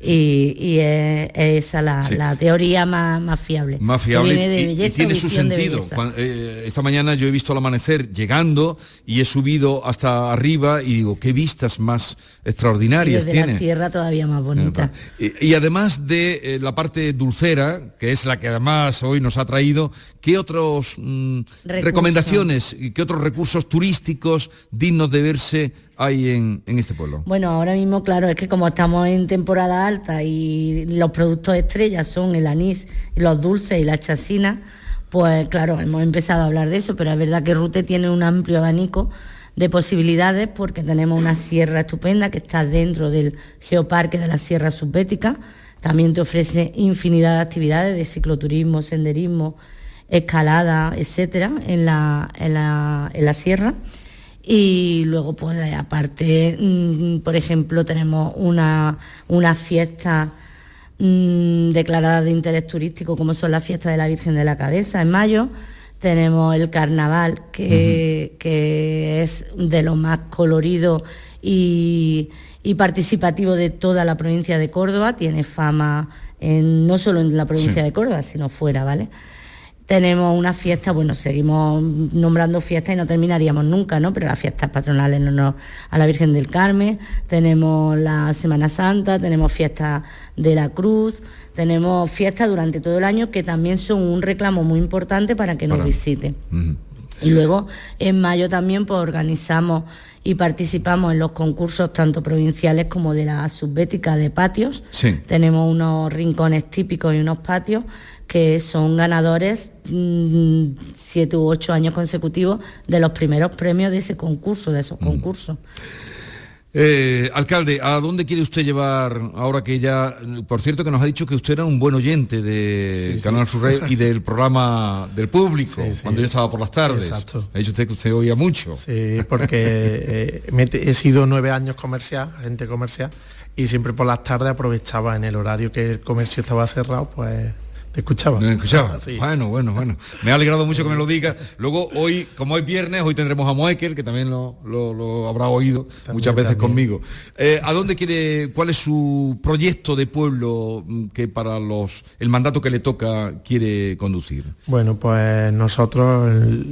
Y es esa la teoría más fiable. Más fiable y tiene su sentido. Esta mañana yo he visto el amanecer llegando y he subido hasta arriba y digo, qué vistas más extraordinarias y tiene. La sierra todavía más bonita. Y además de la parte dulcera, que es la que además hoy nos ha traído, ¿qué otros recomendaciones, qué otros recursos turísticos dignos de verse hay en este pueblo? Bueno, ahora mismo, claro, es que como estamos en temporada alta y los productos estrellas son el anís, los dulces y la chacina, pues claro, hemos empezado a hablar de eso, pero es verdad que Rute tiene un amplio abanico de posibilidades porque tenemos una sierra estupenda que está dentro del geoparque de la Sierra Subbética. También te ofrece infinidad de actividades de cicloturismo, senderismo, escalada, etcétera, en la sierra. Y luego, pues aparte, por ejemplo, tenemos una fiesta declarada de interés turístico, como son las fiestas de la Virgen de la Cabeza en mayo. Tenemos el carnaval, que es de lo más colorido y participativo de toda la provincia de Córdoba. Tiene fama no solo en la provincia de Córdoba, sino fuera, ¿vale? Tenemos una fiesta, bueno, seguimos nombrando fiestas y no terminaríamos nunca, ¿no? Pero las fiestas patronales en honor a la Virgen del Carmen, tenemos la Semana Santa, tenemos fiestas de la Cruz, tenemos fiestas durante todo el año que también son un reclamo muy importante para que nos visiten. Y luego en mayo también pues organizamos y participamos en los concursos tanto provinciales como de la subbética de patios. Tenemos unos rincones típicos y unos patios que son ganadores 7 u 8 años consecutivos de los primeros premios de ese concurso, de esos concursos. Alcalde, ¿a dónde quiere usted llevar ahora que ya, por cierto que nos ha dicho que usted era un buen oyente de Canal Sur Radio y del programa del público, cuando yo estaba por las tardes? Exacto. Ha dicho usted que usted oía mucho. Sí, porque he sido 9 años agente comercial, y siempre por las tardes aprovechaba en el horario que el comercio estaba cerrado, pues... ¿Me escuchaba? Sí. Bueno. Me ha alegrado mucho que me lo diga. Luego, hoy, como es viernes, hoy tendremos a Moekel, que también lo habrá oído muchas veces conmigo. ¿A dónde quiere, cuál es su proyecto de pueblo que para el mandato que le toca quiere conducir? Bueno, pues nosotros,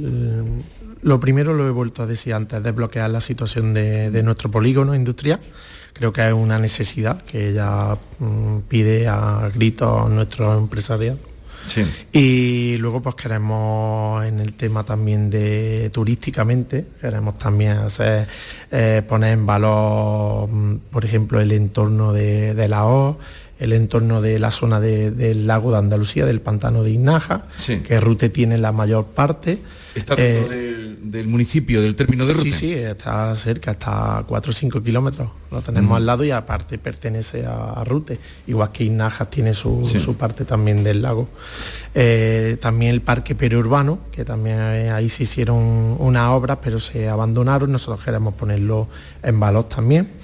lo primero lo he vuelto a decir antes, desbloquear la situación de nuestro polígono industrial. Creo que es una necesidad que ya pide a gritos nuestro empresariado. Y luego pues queremos, en el tema también de turísticamente, queremos también hacer, poner en valor, por ejemplo, el entorno de la O, el entorno de la zona del lago de Andalucía, del pantano de Inaja, que Rute tiene la mayor parte. ¿Está dentro del municipio, del término de Rute? Sí, está cerca, está a 4 o 5 kilómetros. Lo tenemos al lado y aparte pertenece a Rute, igual que Inaja tiene su parte también del lago. También el parque periurbano, que también ahí se hicieron unas obras, pero se abandonaron. Nosotros queremos ponerlo en valor también.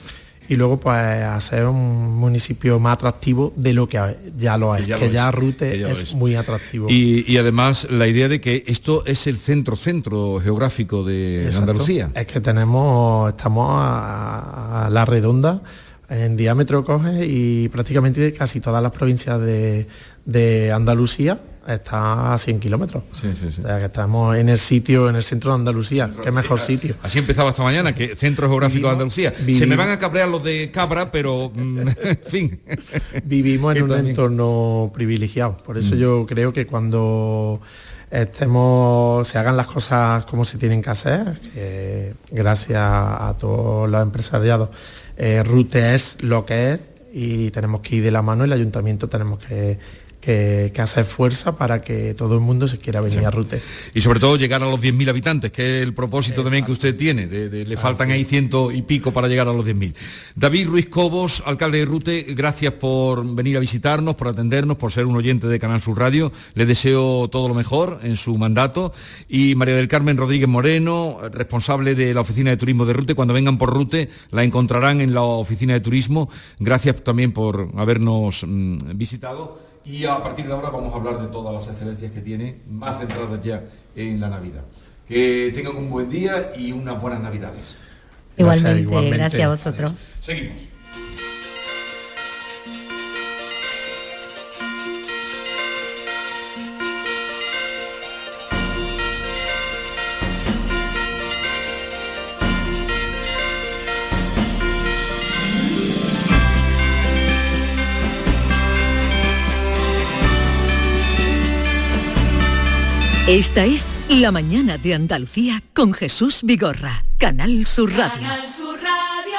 y luego pues hacer un municipio más atractivo de lo que ya lo es, que ya Rute es muy atractivo. Y además la idea de que esto es el centro geográfico de Andalucía. Es que estamos a la redonda, en diámetro coge, y prácticamente casi todas las provincias de Andalucía está a 100 kilómetros. Sí. O sea, que estamos en el centro de Andalucía. Qué mejor sitio. Así empezaba esta mañana, que centro geográfico de Andalucía. Se me van a cabrear los de Cabra, pero en fin. Vivimos en un entorno privilegiado. Por eso yo creo que cuando se hagan las cosas como se tienen que hacer, que gracias a todos los empresariados, Rute es lo que es, y tenemos que ir de la mano. El ayuntamiento tenemos que hacer fuerza para que todo el mundo se quiera venir a Rute. Y sobre todo llegar a los 10.000 habitantes, que es el propósito también que usted tiene. Le faltan ahí 100 y pico para llegar a los 10.000. David Ruiz Cobos, alcalde de Rute, gracias por venir a visitarnos, por atendernos, por ser un oyente de Canal Sur Radio. Le deseo todo lo mejor en su mandato. Y María del Carmen Rodríguez Moreno, responsable de la Oficina de Turismo de Rute. Cuando vengan por Rute la encontrarán en la Oficina de Turismo. Gracias también por habernos visitado. Y a partir de ahora vamos a hablar de todas las excelencias que tiene, más centradas ya en la Navidad. Que tengan un buen día y unas buenas Navidades. Igualmente. Gracias a vosotros. Seguimos. Esta es La Mañana de Andalucía con Jesús Vigorra, Canal Sur Radio. Canal Sur Radio.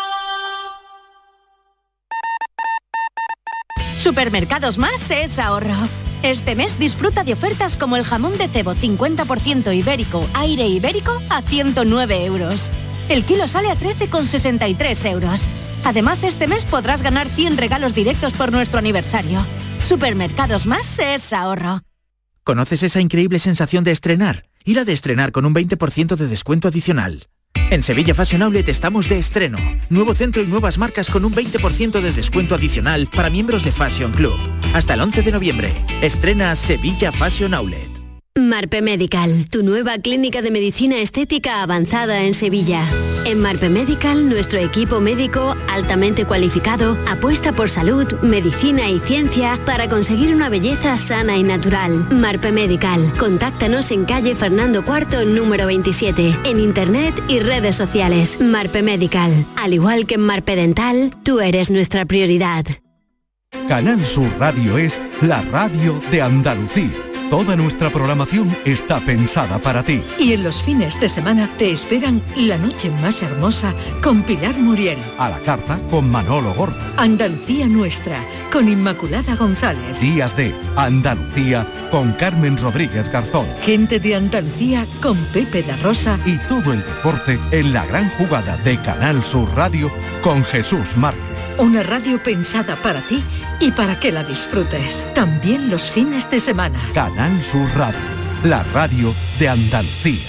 Supermercados Más es ahorro. Este mes disfruta de ofertas como el jamón de cebo 50% ibérico, aire ibérico a 109 euros. El kilo sale a 13,63 euros. Además, este mes podrás ganar 100 regalos directos por nuestro aniversario. Supermercados Más es ahorro. ¿Conoces esa increíble sensación de estrenar? Y la de estrenar con un 20% de descuento adicional. En Sevilla Fashion Outlet estamos de estreno. Nuevo centro y nuevas marcas con un 20% de descuento adicional para miembros de Fashion Club. Hasta el 11 de noviembre. Estrena Sevilla Fashion Outlet. Marpe Medical, tu nueva clínica de medicina estética avanzada en Sevilla. En Marpe Medical, nuestro equipo médico altamente cualificado apuesta por salud, medicina y ciencia para conseguir una belleza sana y natural. Marpe Medical, contáctanos en calle Fernando IV, número 27, en internet y redes sociales. Marpe Medical, al igual que en Marpe Dental, tú eres nuestra prioridad. Canal Sur Radio es la radio de Andalucía. Toda nuestra programación está pensada para ti. Y en los fines de semana te esperan La Noche Más Hermosa con Pilar Muriel. A la carta con Manolo Gordo. Andalucía Nuestra con Inmaculada González. Días de Andalucía con Carmen Rodríguez Garzón. Gente de Andalucía con Pepe da Rosa. Y todo el deporte en la gran jugada de Canal Sur Radio con Jesús Márquez. Una radio pensada para ti y para que la disfrutes. También los fines de semana. Canal Sur Radio, la radio de Andalucía.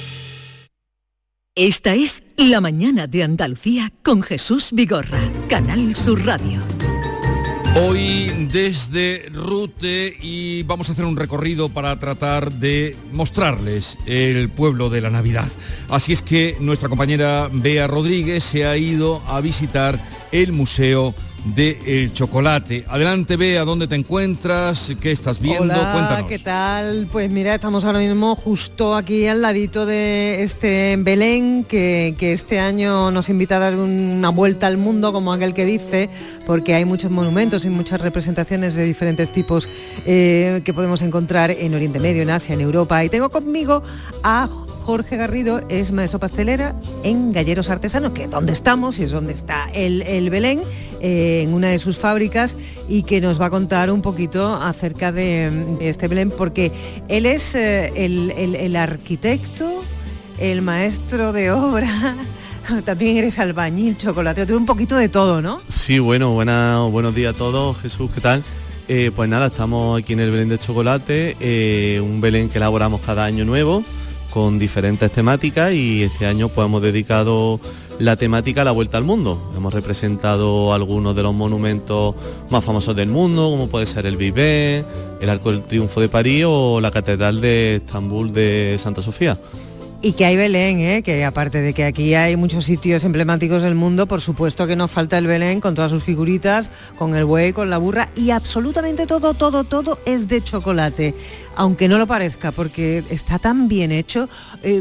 Esta es La Mañana de Andalucía con Jesús Vigorra, Canal Sur Radio. Hoy desde Rute, y vamos a hacer un recorrido para tratar de mostrarles el pueblo de la Navidad. Así es que nuestra compañera Bea Rodríguez se ha ido a visitar el Museo del Chocolate. Adelante, Bea, ¿dónde te encuentras? ¿Qué estás viendo? Hola, cuéntanos. ¿qué tal? Pues mira, estamos ahora mismo justo aquí al ladito de este Belén que este año nos invita a dar una vuelta al mundo, como aquel que dice, porque hay muchos monumentos y muchas representaciones de diferentes tipos que podemos encontrar en Oriente Medio, en Asia, en Europa. Y tengo conmigo a Jorge Garrido, es maestro pastelera en Galleros Artesanos, que es donde estamos y es donde está el Belén, en una de sus fábricas, y que nos va a contar un poquito acerca de este Belén, porque él es el arquitecto, el maestro de obra, también eres albañil, chocolatero, un poquito de todo, ¿no? Sí, bueno, buenos días a todos. Jesús, ¿qué tal? Pues nada, estamos aquí en el Belén de Chocolate, un Belén que elaboramos cada año nuevo, con diferentes temáticas, y este año pues hemos dedicado la temática a la vuelta al mundo. Hemos representado algunos de los monumentos más famosos del mundo, como puede ser el Big Ben, el Arco del Triunfo de París o la Catedral de Estambul de Santa Sofía. Y que hay Belén, que aparte de que aquí hay muchos sitios emblemáticos del mundo, por supuesto que no falta el Belén con todas sus figuritas, con el buey, con la burra, y absolutamente todo es de chocolate, aunque no lo parezca, porque está tan bien hecho.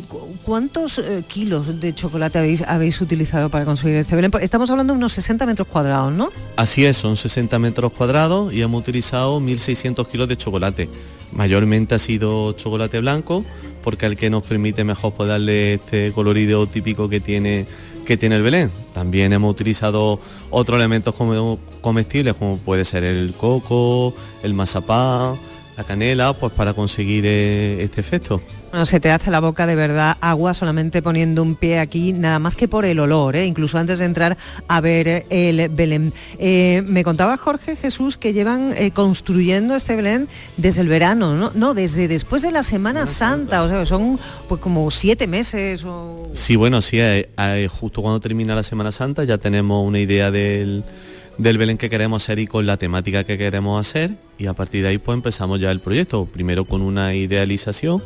¿Cuántos kilos de chocolate habéis utilizado para conseguir este Belén? Estamos hablando de unos 60 metros cuadrados, ¿no? Así es, son 60 metros cuadrados y hemos utilizado 1.600 kilos de chocolate. Mayormente ha sido chocolate blanco, porque es el que nos permite mejor pues darle este colorido típico que tiene el Belén. También hemos utilizado otros elementos comestibles, como puede ser el coco, el mazapán, la canela, pues para conseguir este efecto. Bueno, se te hace la boca de verdad agua solamente poniendo un pie aquí, nada más que por el olor, incluso antes de entrar a ver el Belén. Me contaba Jorge Jesús que llevan construyendo este Belén desde el verano, ¿no? Desde después de la Semana Santa, o sea, son pues como 7 meses. Sí, bueno, sí, justo cuando termina la Semana Santa ya tenemos una idea del Belén que queremos hacer y con la temática que queremos hacer, y a partir de ahí pues empezamos ya el proyecto, primero con una idealización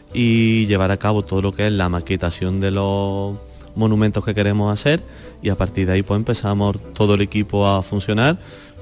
y llevar a cabo todo lo que es la maquetación de los monumentos que queremos hacer, y a partir de ahí pues empezamos todo el equipo a funcionar.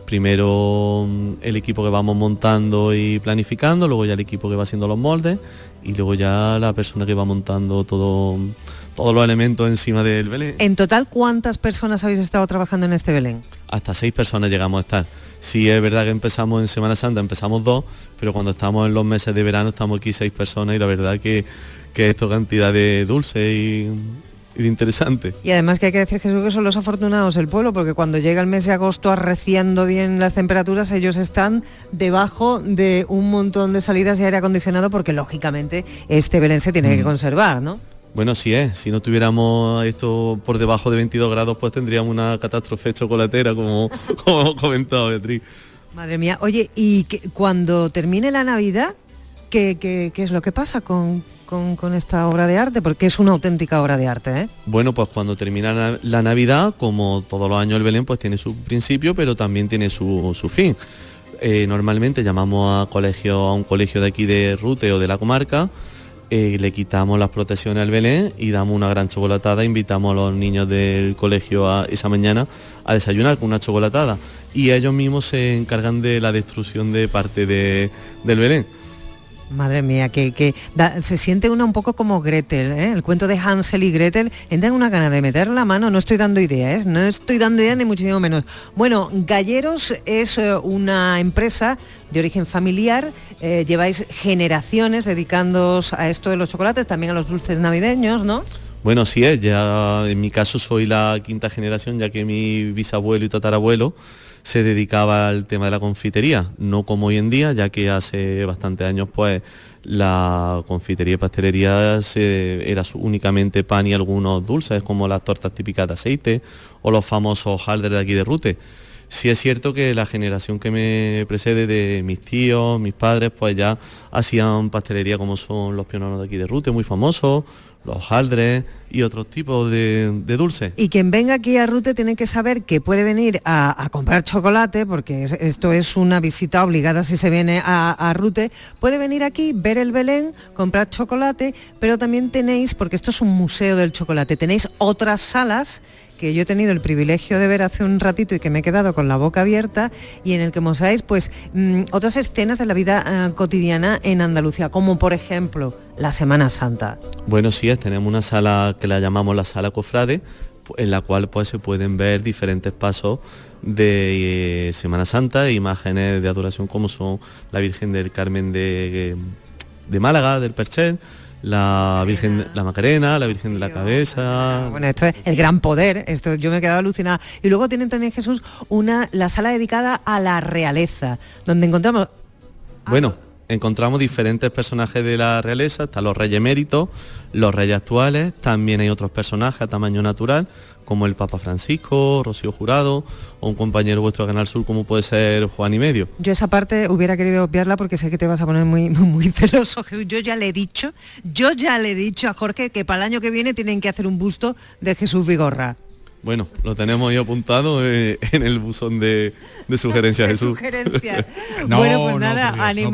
Primero el equipo que vamos montando y planificando, luego ya el equipo que va haciendo los moldes, y luego ya la persona que va montando todos los elementos encima del Belén. En total, ¿cuántas personas habéis estado trabajando en este Belén? Hasta 6 personas llegamos a estar. Sí, es verdad que empezamos en Semana Santa, empezamos 2, pero cuando estamos en los meses de verano estamos aquí 6 personas, y la verdad que esto cantidad de dulce y de interesante. Y además que hay que decir, Jesús, que son los afortunados del pueblo, porque cuando llega el mes de agosto, arreciando bien las temperaturas, ellos están debajo de un montón de salidas de aire acondicionado, porque lógicamente este Belén se tiene que conservar, ¿no? Bueno, sí es. Si no tuviéramos esto por debajo de 22 grados, pues tendríamos una catástrofe chocolatera, como hemos comentado, Beatriz. Madre mía. Oye, y cuando termine la Navidad, ¿qué es lo que pasa con esta obra de arte? Porque es una auténtica obra de arte, ¿eh? Bueno, pues cuando termina la Navidad, como todos los años el Belén, pues tiene su principio, pero también tiene su fin. Normalmente llamamos a un colegio de aquí de Rute o de la comarca, le quitamos las protecciones al Belén y damos una gran chocolatada, invitamos a los niños del colegio esa mañana a desayunar con una chocolatada, y ellos mismos se encargan de la destrucción de parte del Belén. Madre mía, se siente una un poco como Gretel, ¿eh? El cuento de Hansel y Gretel, entra en una gana de meter la mano. No estoy dando ideas, ni muchísimo menos. Bueno, Galleros es una empresa de origen familiar, lleváis generaciones dedicándoos a esto de los chocolates, también a los dulces navideños, ¿no? Bueno, sí es, ya en mi caso soy la 5ª generación, ya que mi bisabuelo y tatarabuelo se dedicaba al tema de la confitería, no como hoy en día, ya que hace bastantes años pues la confitería y pastelería era únicamente pan y algunos dulces, como las tortas típicas de aceite o los famosos hojaldres de aquí de Rute. Sí es cierto que la generación que me precede, de mis tíos, mis padres, pues ya hacían pastelería, como son los pioneros de aquí de Rute, muy famosos, los hojaldres y otros tipos de dulces. Y quien venga aquí a Rute tiene que saber que puede venir a comprar chocolate, porque esto es una visita obligada si se viene a Rute. Puede venir aquí, ver el Belén, comprar chocolate, pero también tenéis, porque esto es un museo del chocolate, tenéis otras salas que yo he tenido el privilegio de ver hace un ratito y que me he quedado con la boca abierta, y en el que mostráis pues otras escenas de la vida cotidiana en Andalucía, como por ejemplo la Semana Santa. Bueno, sí, tenemos una sala que la llamamos la Sala Cofrade, en la cual pues se pueden ver diferentes pasos de Semana Santa, imágenes de adoración como son la Virgen del Carmen de Málaga, del Perchel, la Virgen, la Macarena, la Virgen de la Cabeza. Bueno, esto es el gran poder, esto yo me he quedado alucinada. Y luego tienen también, Jesús, la sala dedicada a la realeza, donde encontramos... Bueno, encontramos diferentes personajes de la realeza, están los reyes eméritos, los reyes actuales, también hay otros personajes a tamaño natural, como el Papa Francisco, Rocío Jurado, o un compañero vuestro de Canal Sur como puede ser Juan y Medio. Yo esa parte hubiera querido obviarla porque sé que te vas a poner muy celoso. Yo ya le he dicho a Jorge que para el año que viene tienen que hacer un busto de Jesús Vigorra. Bueno, lo tenemos ahí apuntado en el buzón de sugerencias, Jesús. Sugerencias. Bueno, pues nada,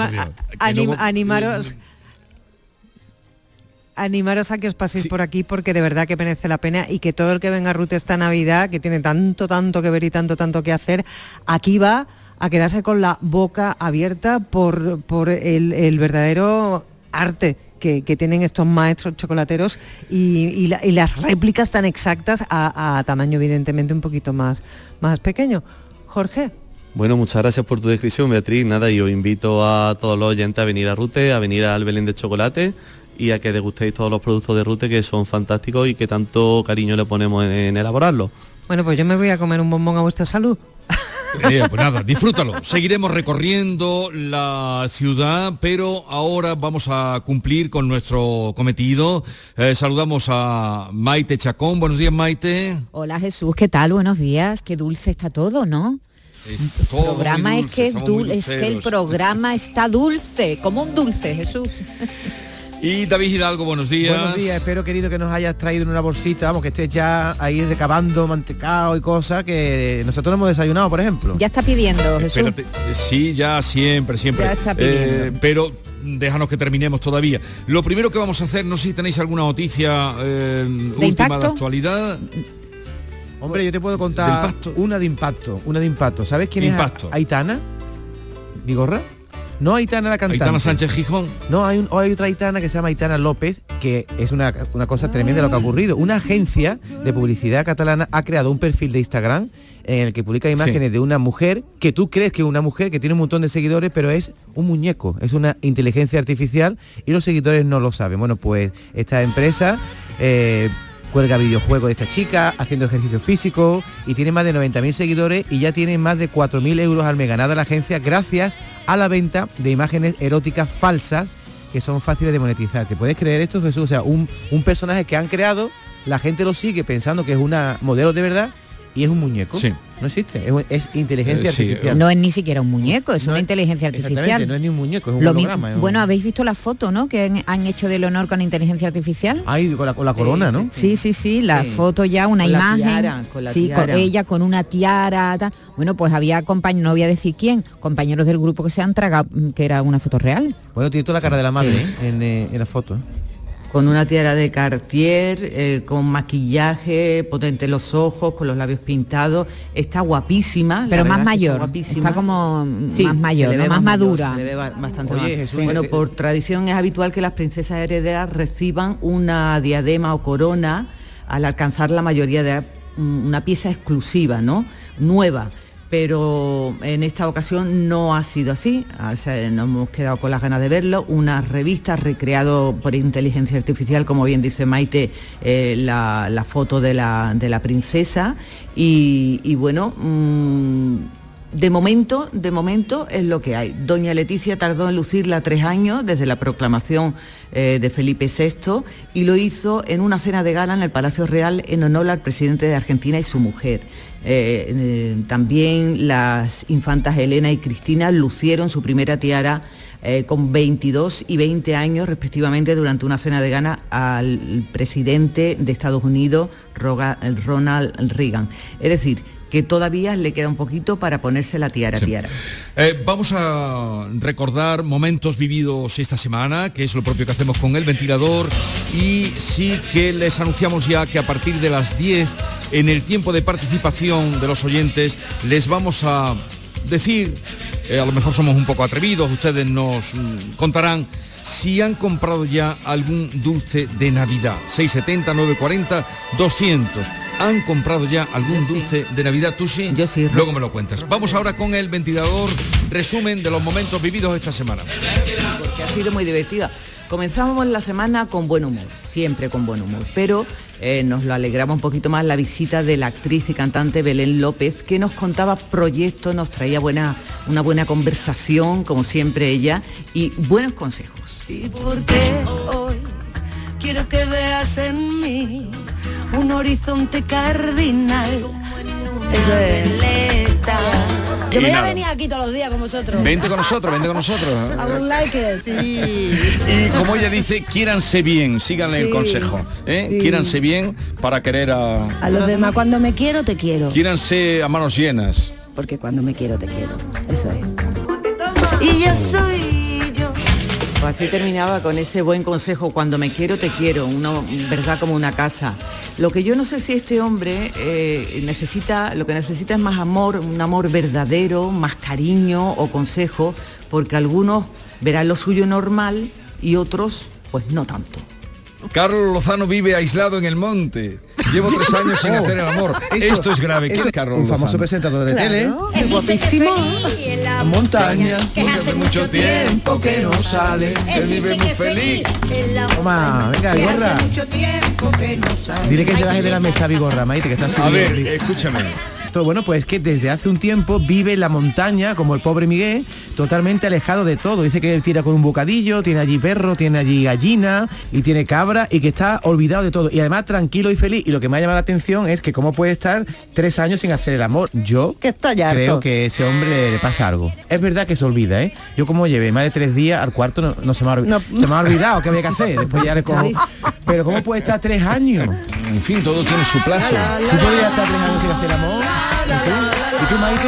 animaros a que os paséis por aquí porque de verdad que merece la pena y que todo el que venga a Rute esta Navidad, que tiene tanto que ver y tanto que hacer, aquí va a quedarse con la boca abierta por el verdadero arte que tienen estos maestros chocolateros y las réplicas tan exactas a tamaño evidentemente un poquito más pequeño. Jorge. Bueno, muchas gracias por tu descripción, Beatriz. Nada, y os invito a todos los oyentes a venir a Rute, a venir al Belén de Chocolate y a que degustéis todos los productos de Rute que son fantásticos y que tanto cariño le ponemos en elaborarlos. Bueno, pues yo me voy a comer un bombón a vuestra salud. Pues nada, disfrútalo. Seguiremos recorriendo la ciudad, pero ahora vamos a cumplir con nuestro cometido. Saludamos a Maite Chacón. Buenos días, Maite. Hola, Jesús, ¿qué tal? Buenos días. Qué dulce está todo, ¿no? El programa es que el programa está dulce, como un dulce, Jesús. Y David Hidalgo, buenos días. Buenos días, espero, querido, que nos hayas traído en una bolsita, vamos, que estés ya ahí recabando mantecado y cosas que nosotros no hemos desayunado, por ejemplo. Ya está pidiendo, Jesús. Espérate. Sí, ya siempre. Ya está pidiendo. Pero déjanos que terminemos todavía. Lo primero que vamos a hacer, no sé si tenéis alguna noticia última de actualidad. Hombre, yo te puedo contar una de impacto. ¿Sabes quién es Aitana Vigorra? No Aitana la cantante. Aitana Sánchez Gijón. No, hay otra Aitana que se llama Aitana López, que es una cosa tremenda lo que ha ocurrido. Una agencia de publicidad catalana ha creado un perfil de Instagram en el que publica imágenes de una mujer que tú crees que es una mujer que tiene un montón de seguidores, pero es un muñeco, es una inteligencia artificial y los seguidores no lo saben. Bueno, pues esta empresa cuelga videojuegos de esta chica, haciendo ejercicio físico, y tiene más de 90.000 seguidores y ya tiene más de 4.000 euros al mes ganada la agencia gracias a la venta de imágenes eróticas falsas que son fáciles de monetizar. ¿Te puedes creer esto, Jesús? O sea, un personaje que han creado, la gente lo sigue pensando que es una modelo de verdad y es un muñeco. Sí. No existe, es inteligencia artificial. No es ni siquiera un muñeco, es una inteligencia artificial. No es ni un muñeco, es un holograma. Bueno, ¿habéis visto la foto, no? Que han hecho de Leonor con inteligencia artificial. Ay, con la corona, ¿no? Sí, la foto ya, una con imagen. Con ella, con una tiara. Bueno, pues había compañeros, no voy a decir quién, compañeros del grupo que se han tragado, que era una foto real. Bueno, tiene toda la cara de la madre en la foto. Con una tiara de Cartier, con maquillaje, potente los ojos, con los labios pintados. Está guapísima. Pero más mayor, está como más mayor, ¿no? Más madura. Se le ve bastante más. Jesús, bueno, por tradición es habitual que las princesas herederas reciban una diadema o corona al alcanzar la mayoría de edad, una pieza exclusiva, ¿no? Nueva. Pero en esta ocasión no ha sido así, o sea, nos hemos quedado con las ganas de verlo. Una revista recreado por inteligencia artificial, como bien dice Maite, la foto de la princesa y bueno, de momento es lo que hay. Doña Leticia tardó en lucirla 3 años desde la proclamación de Felipe VI y lo hizo en una cena de gala en el Palacio Real en honor al presidente de Argentina y su mujer. También las infantas Elena y Cristina lucieron su primera tiara con 22 y 20 años respectivamente durante una cena de gala al presidente de Estados Unidos, Ronald Reagan. Es decir, que todavía le queda un poquito para ponerse la tiara. Vamos a recordar momentos vividos esta semana, que es lo propio que hacemos con el ventilador, y sí que les anunciamos ya que a partir de las 10, en el tiempo de participación de los oyentes, les vamos a decir, a lo mejor somos un poco atrevidos, ustedes nos contarán si han comprado ya algún dulce de Navidad. 670 940 200. ¿Han comprado ya algún dulce de Navidad? ¿Tú sí? Yo sí. Luego me lo cuentas. Vamos ahora con el ventilador, resumen de los momentos vividos esta semana. Porque ha sido muy divertida. Comenzamos la semana con buen humor, siempre con buen humor, pero nos lo alegraba un poquito más la visita de la actriz y cantante Belén López, que nos contaba proyectos, nos traía una buena conversación, como siempre ella, y buenos consejos. Y porque hoy quiero que veas en mí un horizonte cardinal. Eso es. Yo voy a venir aquí todos los días con vosotros. Vente con nosotros. I would like it. Sí. Y como ella dice, quiéranse bien, síganle el consejo. Sí. Quiéranse bien para querer a los demás. Cuando me quiero, te quiero. Quiéranse a manos llenas. Porque cuando me quiero, te quiero. Eso es. Y yo soy yo. Pues así terminaba con ese buen consejo: cuando me quiero, te quiero, una verdad como una casa. Lo que yo no sé si este hombre lo que necesita es más amor, un amor verdadero, más cariño o consejo, porque algunos verán lo suyo normal y otros pues no tanto. Carlos Lozano vive aislado en el monte. Llevo 3 años sin hacer el amor. Esto es grave. ¿Quién es Carlos Lozano? Un famoso presentador de tele. Es guapísimo. La montaña, que hace mucho tiempo que no sale. Él vive muy feliz. Toma, venga, Vigorra. Dile que se baje de la mesa, Vigorra, Maite, que está subiendo. A ver, escúchame. Bueno, pues que desde hace un tiempo vive en la montaña, como el pobre Miguel, totalmente alejado de todo. Dice que tira con un bocadillo, tiene allí perro, tiene allí gallina y tiene cabra, y que está olvidado de todo. Y además tranquilo y feliz. Y lo que me ha llamado la atención es que cómo puede estar 3 años sin hacer el amor. Yo que está ya creo harto. que a ese hombre le pasa algo. Es verdad que se olvida, ¿eh? Yo como llevé más de 3 días, al cuarto no se me ha olvidado. Se me ha olvidado qué había que hacer. Después ya le cojo. Pero ¿cómo puede estar 3 años? En fin, todo tiene su plazo. ¿Tú podrías estar 3 años sin hacer amor? ¿Y tú, Maite?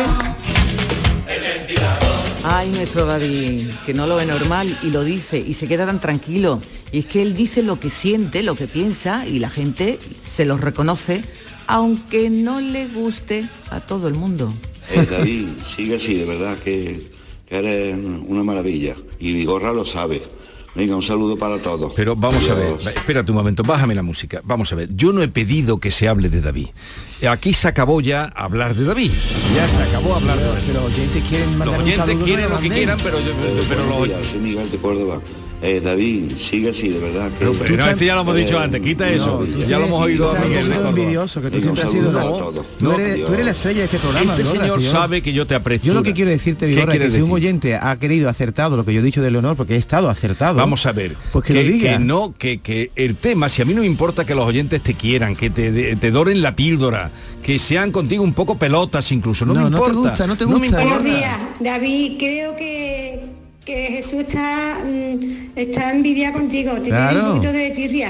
Ay, nuestro David, que no lo ve normal y lo dice y se queda tan tranquilo. Y es que él dice lo que siente, lo que piensa, y la gente se lo reconoce, aunque no le guste a todo el mundo. David, sigue así, de verdad, que eres una maravilla. Y Vigorra lo sabe. Venga, un saludo para todos. Pero vamos a ver, espérate un momento, bájame la música. Vamos a ver, yo no he pedido que se hable de David. Aquí se acabó ya hablar de David. Ya se acabó hablar de David. Los oyentes quieren mandar los oyentes quieren lo que quieran, pero soy Miguel de Córdoba. David, sigue así, de verdad. Que no, esto ya lo hemos dicho antes, quita eso. Ya lo hemos oído a Miguel de Córdoba. Envidioso, que tú siempre has sido tú eres la estrella de este programa. Este señor sabe que yo te aprecio. Yo lo que quiero decirte, Vigorra, es que si un oyente ha querido acertado lo que yo he dicho de Leonor, porque he estado acertado. Vamos a ver, pues que lo diga. Que el tema, si a mí no me importa que los oyentes te quieran, que te doren la píldora, que sean contigo un poco pelotas incluso, no me importa. No te gusta. Buenos días, David, creo que Jesús está envidiado contigo, te tiene un poquito de tirria.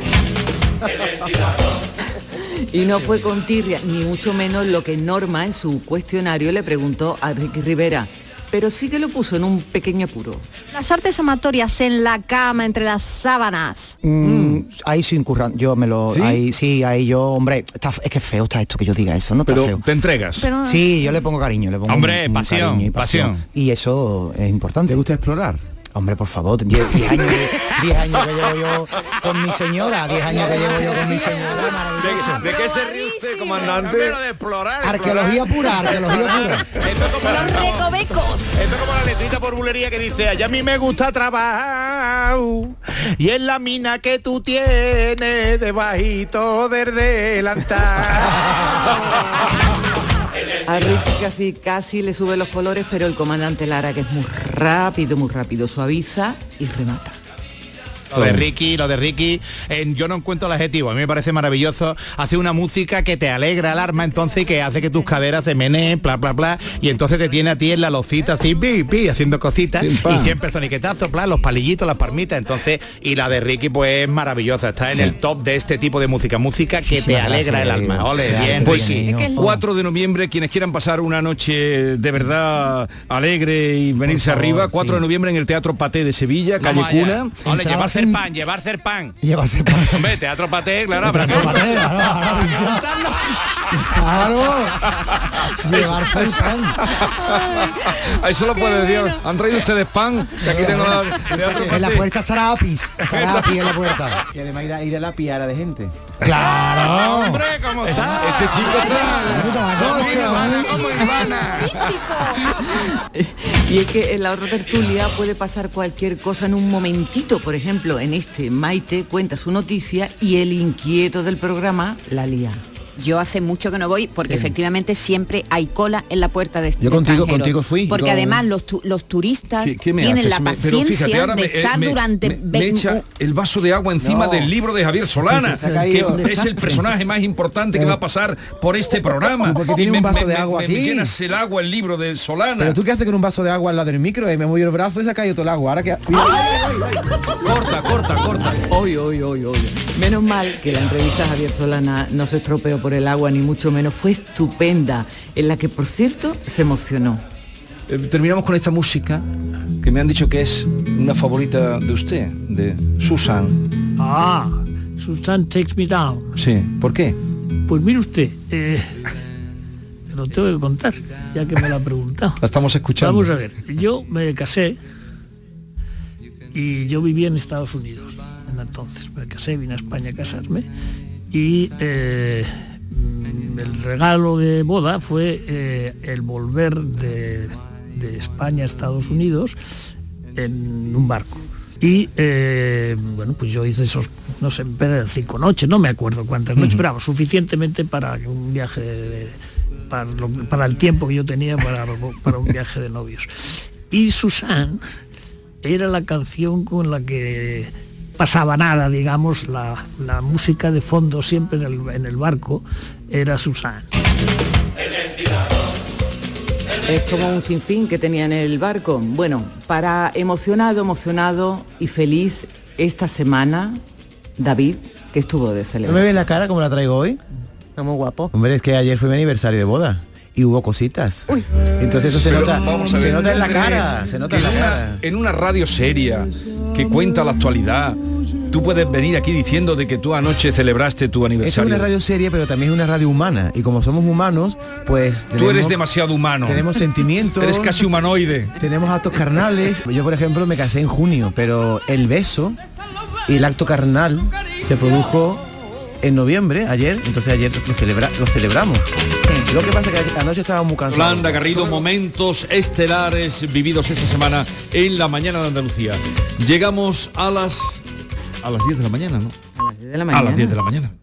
Y no fue con tirria, ni mucho menos lo que Norma en su cuestionario le preguntó a Ricky Rivera, pero sí que lo puso en un pequeño apuro. Las artes amatorias en la cama, entre las sábanas. Ahí sí incurran, yo me lo... ¿Sí? Ahí yo, hombre, es que feo está esto que yo diga eso, ¿no? Pero feo. ¿te entregas? Pero... Sí, yo le pongo cariño, le pongo hombre, un pasión. Y eso es importante. ¿Te gusta explorar? Hombre, por favor, 10 años que llevo yo con mi señora, 10 años que llevo yo con mi señora, maravilloso. ¿De qué se ríe usted, comandante? De explorar. Arqueología pura. Los recovecos. Esto es como la letrita por bulería que dice, allá a mí me gusta trabajar y en la mina que tú tienes debajito del delantal. A Ricky casi le sube los colores, pero el comandante Lara, que es muy rápido, suaviza y remata. Lo de Ricky, yo no encuentro el adjetivo, a mí me parece maravilloso. Hace una música que te alegra el alma entonces y que hace que tus caderas se meneen, bla, y entonces te tiene a ti en la locita así, haciendo cositas, y siempre soniquetazos, los palillitos, las palmitas, entonces, y la de Ricky pues es maravillosa, está en el top de este tipo de música que te alegra el alma. Ole, bien, pues Ricky. Sí, 4 de noviembre, quienes quieran pasar una noche de verdad alegre y venirse arriba, 4 de noviembre en el Teatro Paté de Sevilla, calle Cuna. Ole, llevarse pan. Hombre, Teatro Paté, claro. Claro. Llevarse el pan. Eso lo puede decir. ¿Han traído ustedes pan? Que aquí tengo en la puerta estará Apis. En la puerta. Y además ir a la piara de gente. ¡Claro! ¡Hombre, cómo está! Este chico está... como Ivana. Y es que en la otra tertulia puede pasar cualquier cosa en un momentito. Por ejemplo, ejemplo, en este Maite cuenta su noticia y el inquieto del programa la lía. Yo hace mucho que no voy porque efectivamente siempre hay cola en la puerta de Yo contigo fui. Porque además los turistas tienen la paciencia de estar durante... Me echa el vaso de agua encima del libro de Javier Solana, que es el personaje más importante que va a pasar por este programa. Porque tiene un vaso de agua aquí. Me llenas el agua el libro de Solana. Pero tú qué haces con un vaso de agua al lado del micro, me movió el brazo y se ha caído todo el agua. Ahora que... Corta. Hoy. Menos mal que la entrevista a Javier Solana no se estropeó por el agua, ni mucho menos. Fue estupenda, en la que, por cierto, se emocionó. Terminamos con esta música que me han dicho que es una favorita de usted, de Susan. Susan Takes Me Down. Sí, ¿por qué? Pues mire usted, te lo tengo que contar, ya que me lo ha preguntado. La estamos escuchando. Vamos a ver, yo me casé y yo vivía en Estados Unidos. Entonces me casé, vine a España a casarme y el regalo de boda fue el volver de España a Estados Unidos en un barco. Y bueno, pues yo hice esos, no sé, 5 noches, no me acuerdo cuántas noches, pero vamos, suficientemente para un viaje, para el tiempo que yo tenía para un viaje de novios. Y Susan era la canción con la que pasaba nada, digamos, la música de fondo siempre en el barco era Susan. Es como un sinfín que tenía en el barco. Bueno, para emocionado y feliz esta semana, David, que estuvo de celebración. ¿No me ve la cara como la traigo hoy? Está muy guapo. Hombre, es que ayer fue mi aniversario de boda y hubo cositas. Uy. Entonces eso se nota en la cara. Se nota en la cara. En una radio seria que cuenta la actualidad, tú puedes venir aquí diciendo de que tú anoche celebraste tu aniversario. Es una radio seria, pero también es una radio humana. Y como somos humanos, pues... Tú eres demasiado humano. Tenemos sentimientos. Eres casi humanoide. Tenemos actos carnales. Yo, por ejemplo, me casé en junio, pero el beso y el acto carnal se produjo en noviembre, ayer. Entonces ayer lo celebramos. Sí. Lo que pasa es que anoche estaba muy cansado. Yolanda Garrido, momentos estelares vividos esta semana en la mañana de Andalucía. Llegamos a las 10 de la mañana, ¿no? A las 10 de la mañana. A las 10 de la mañana.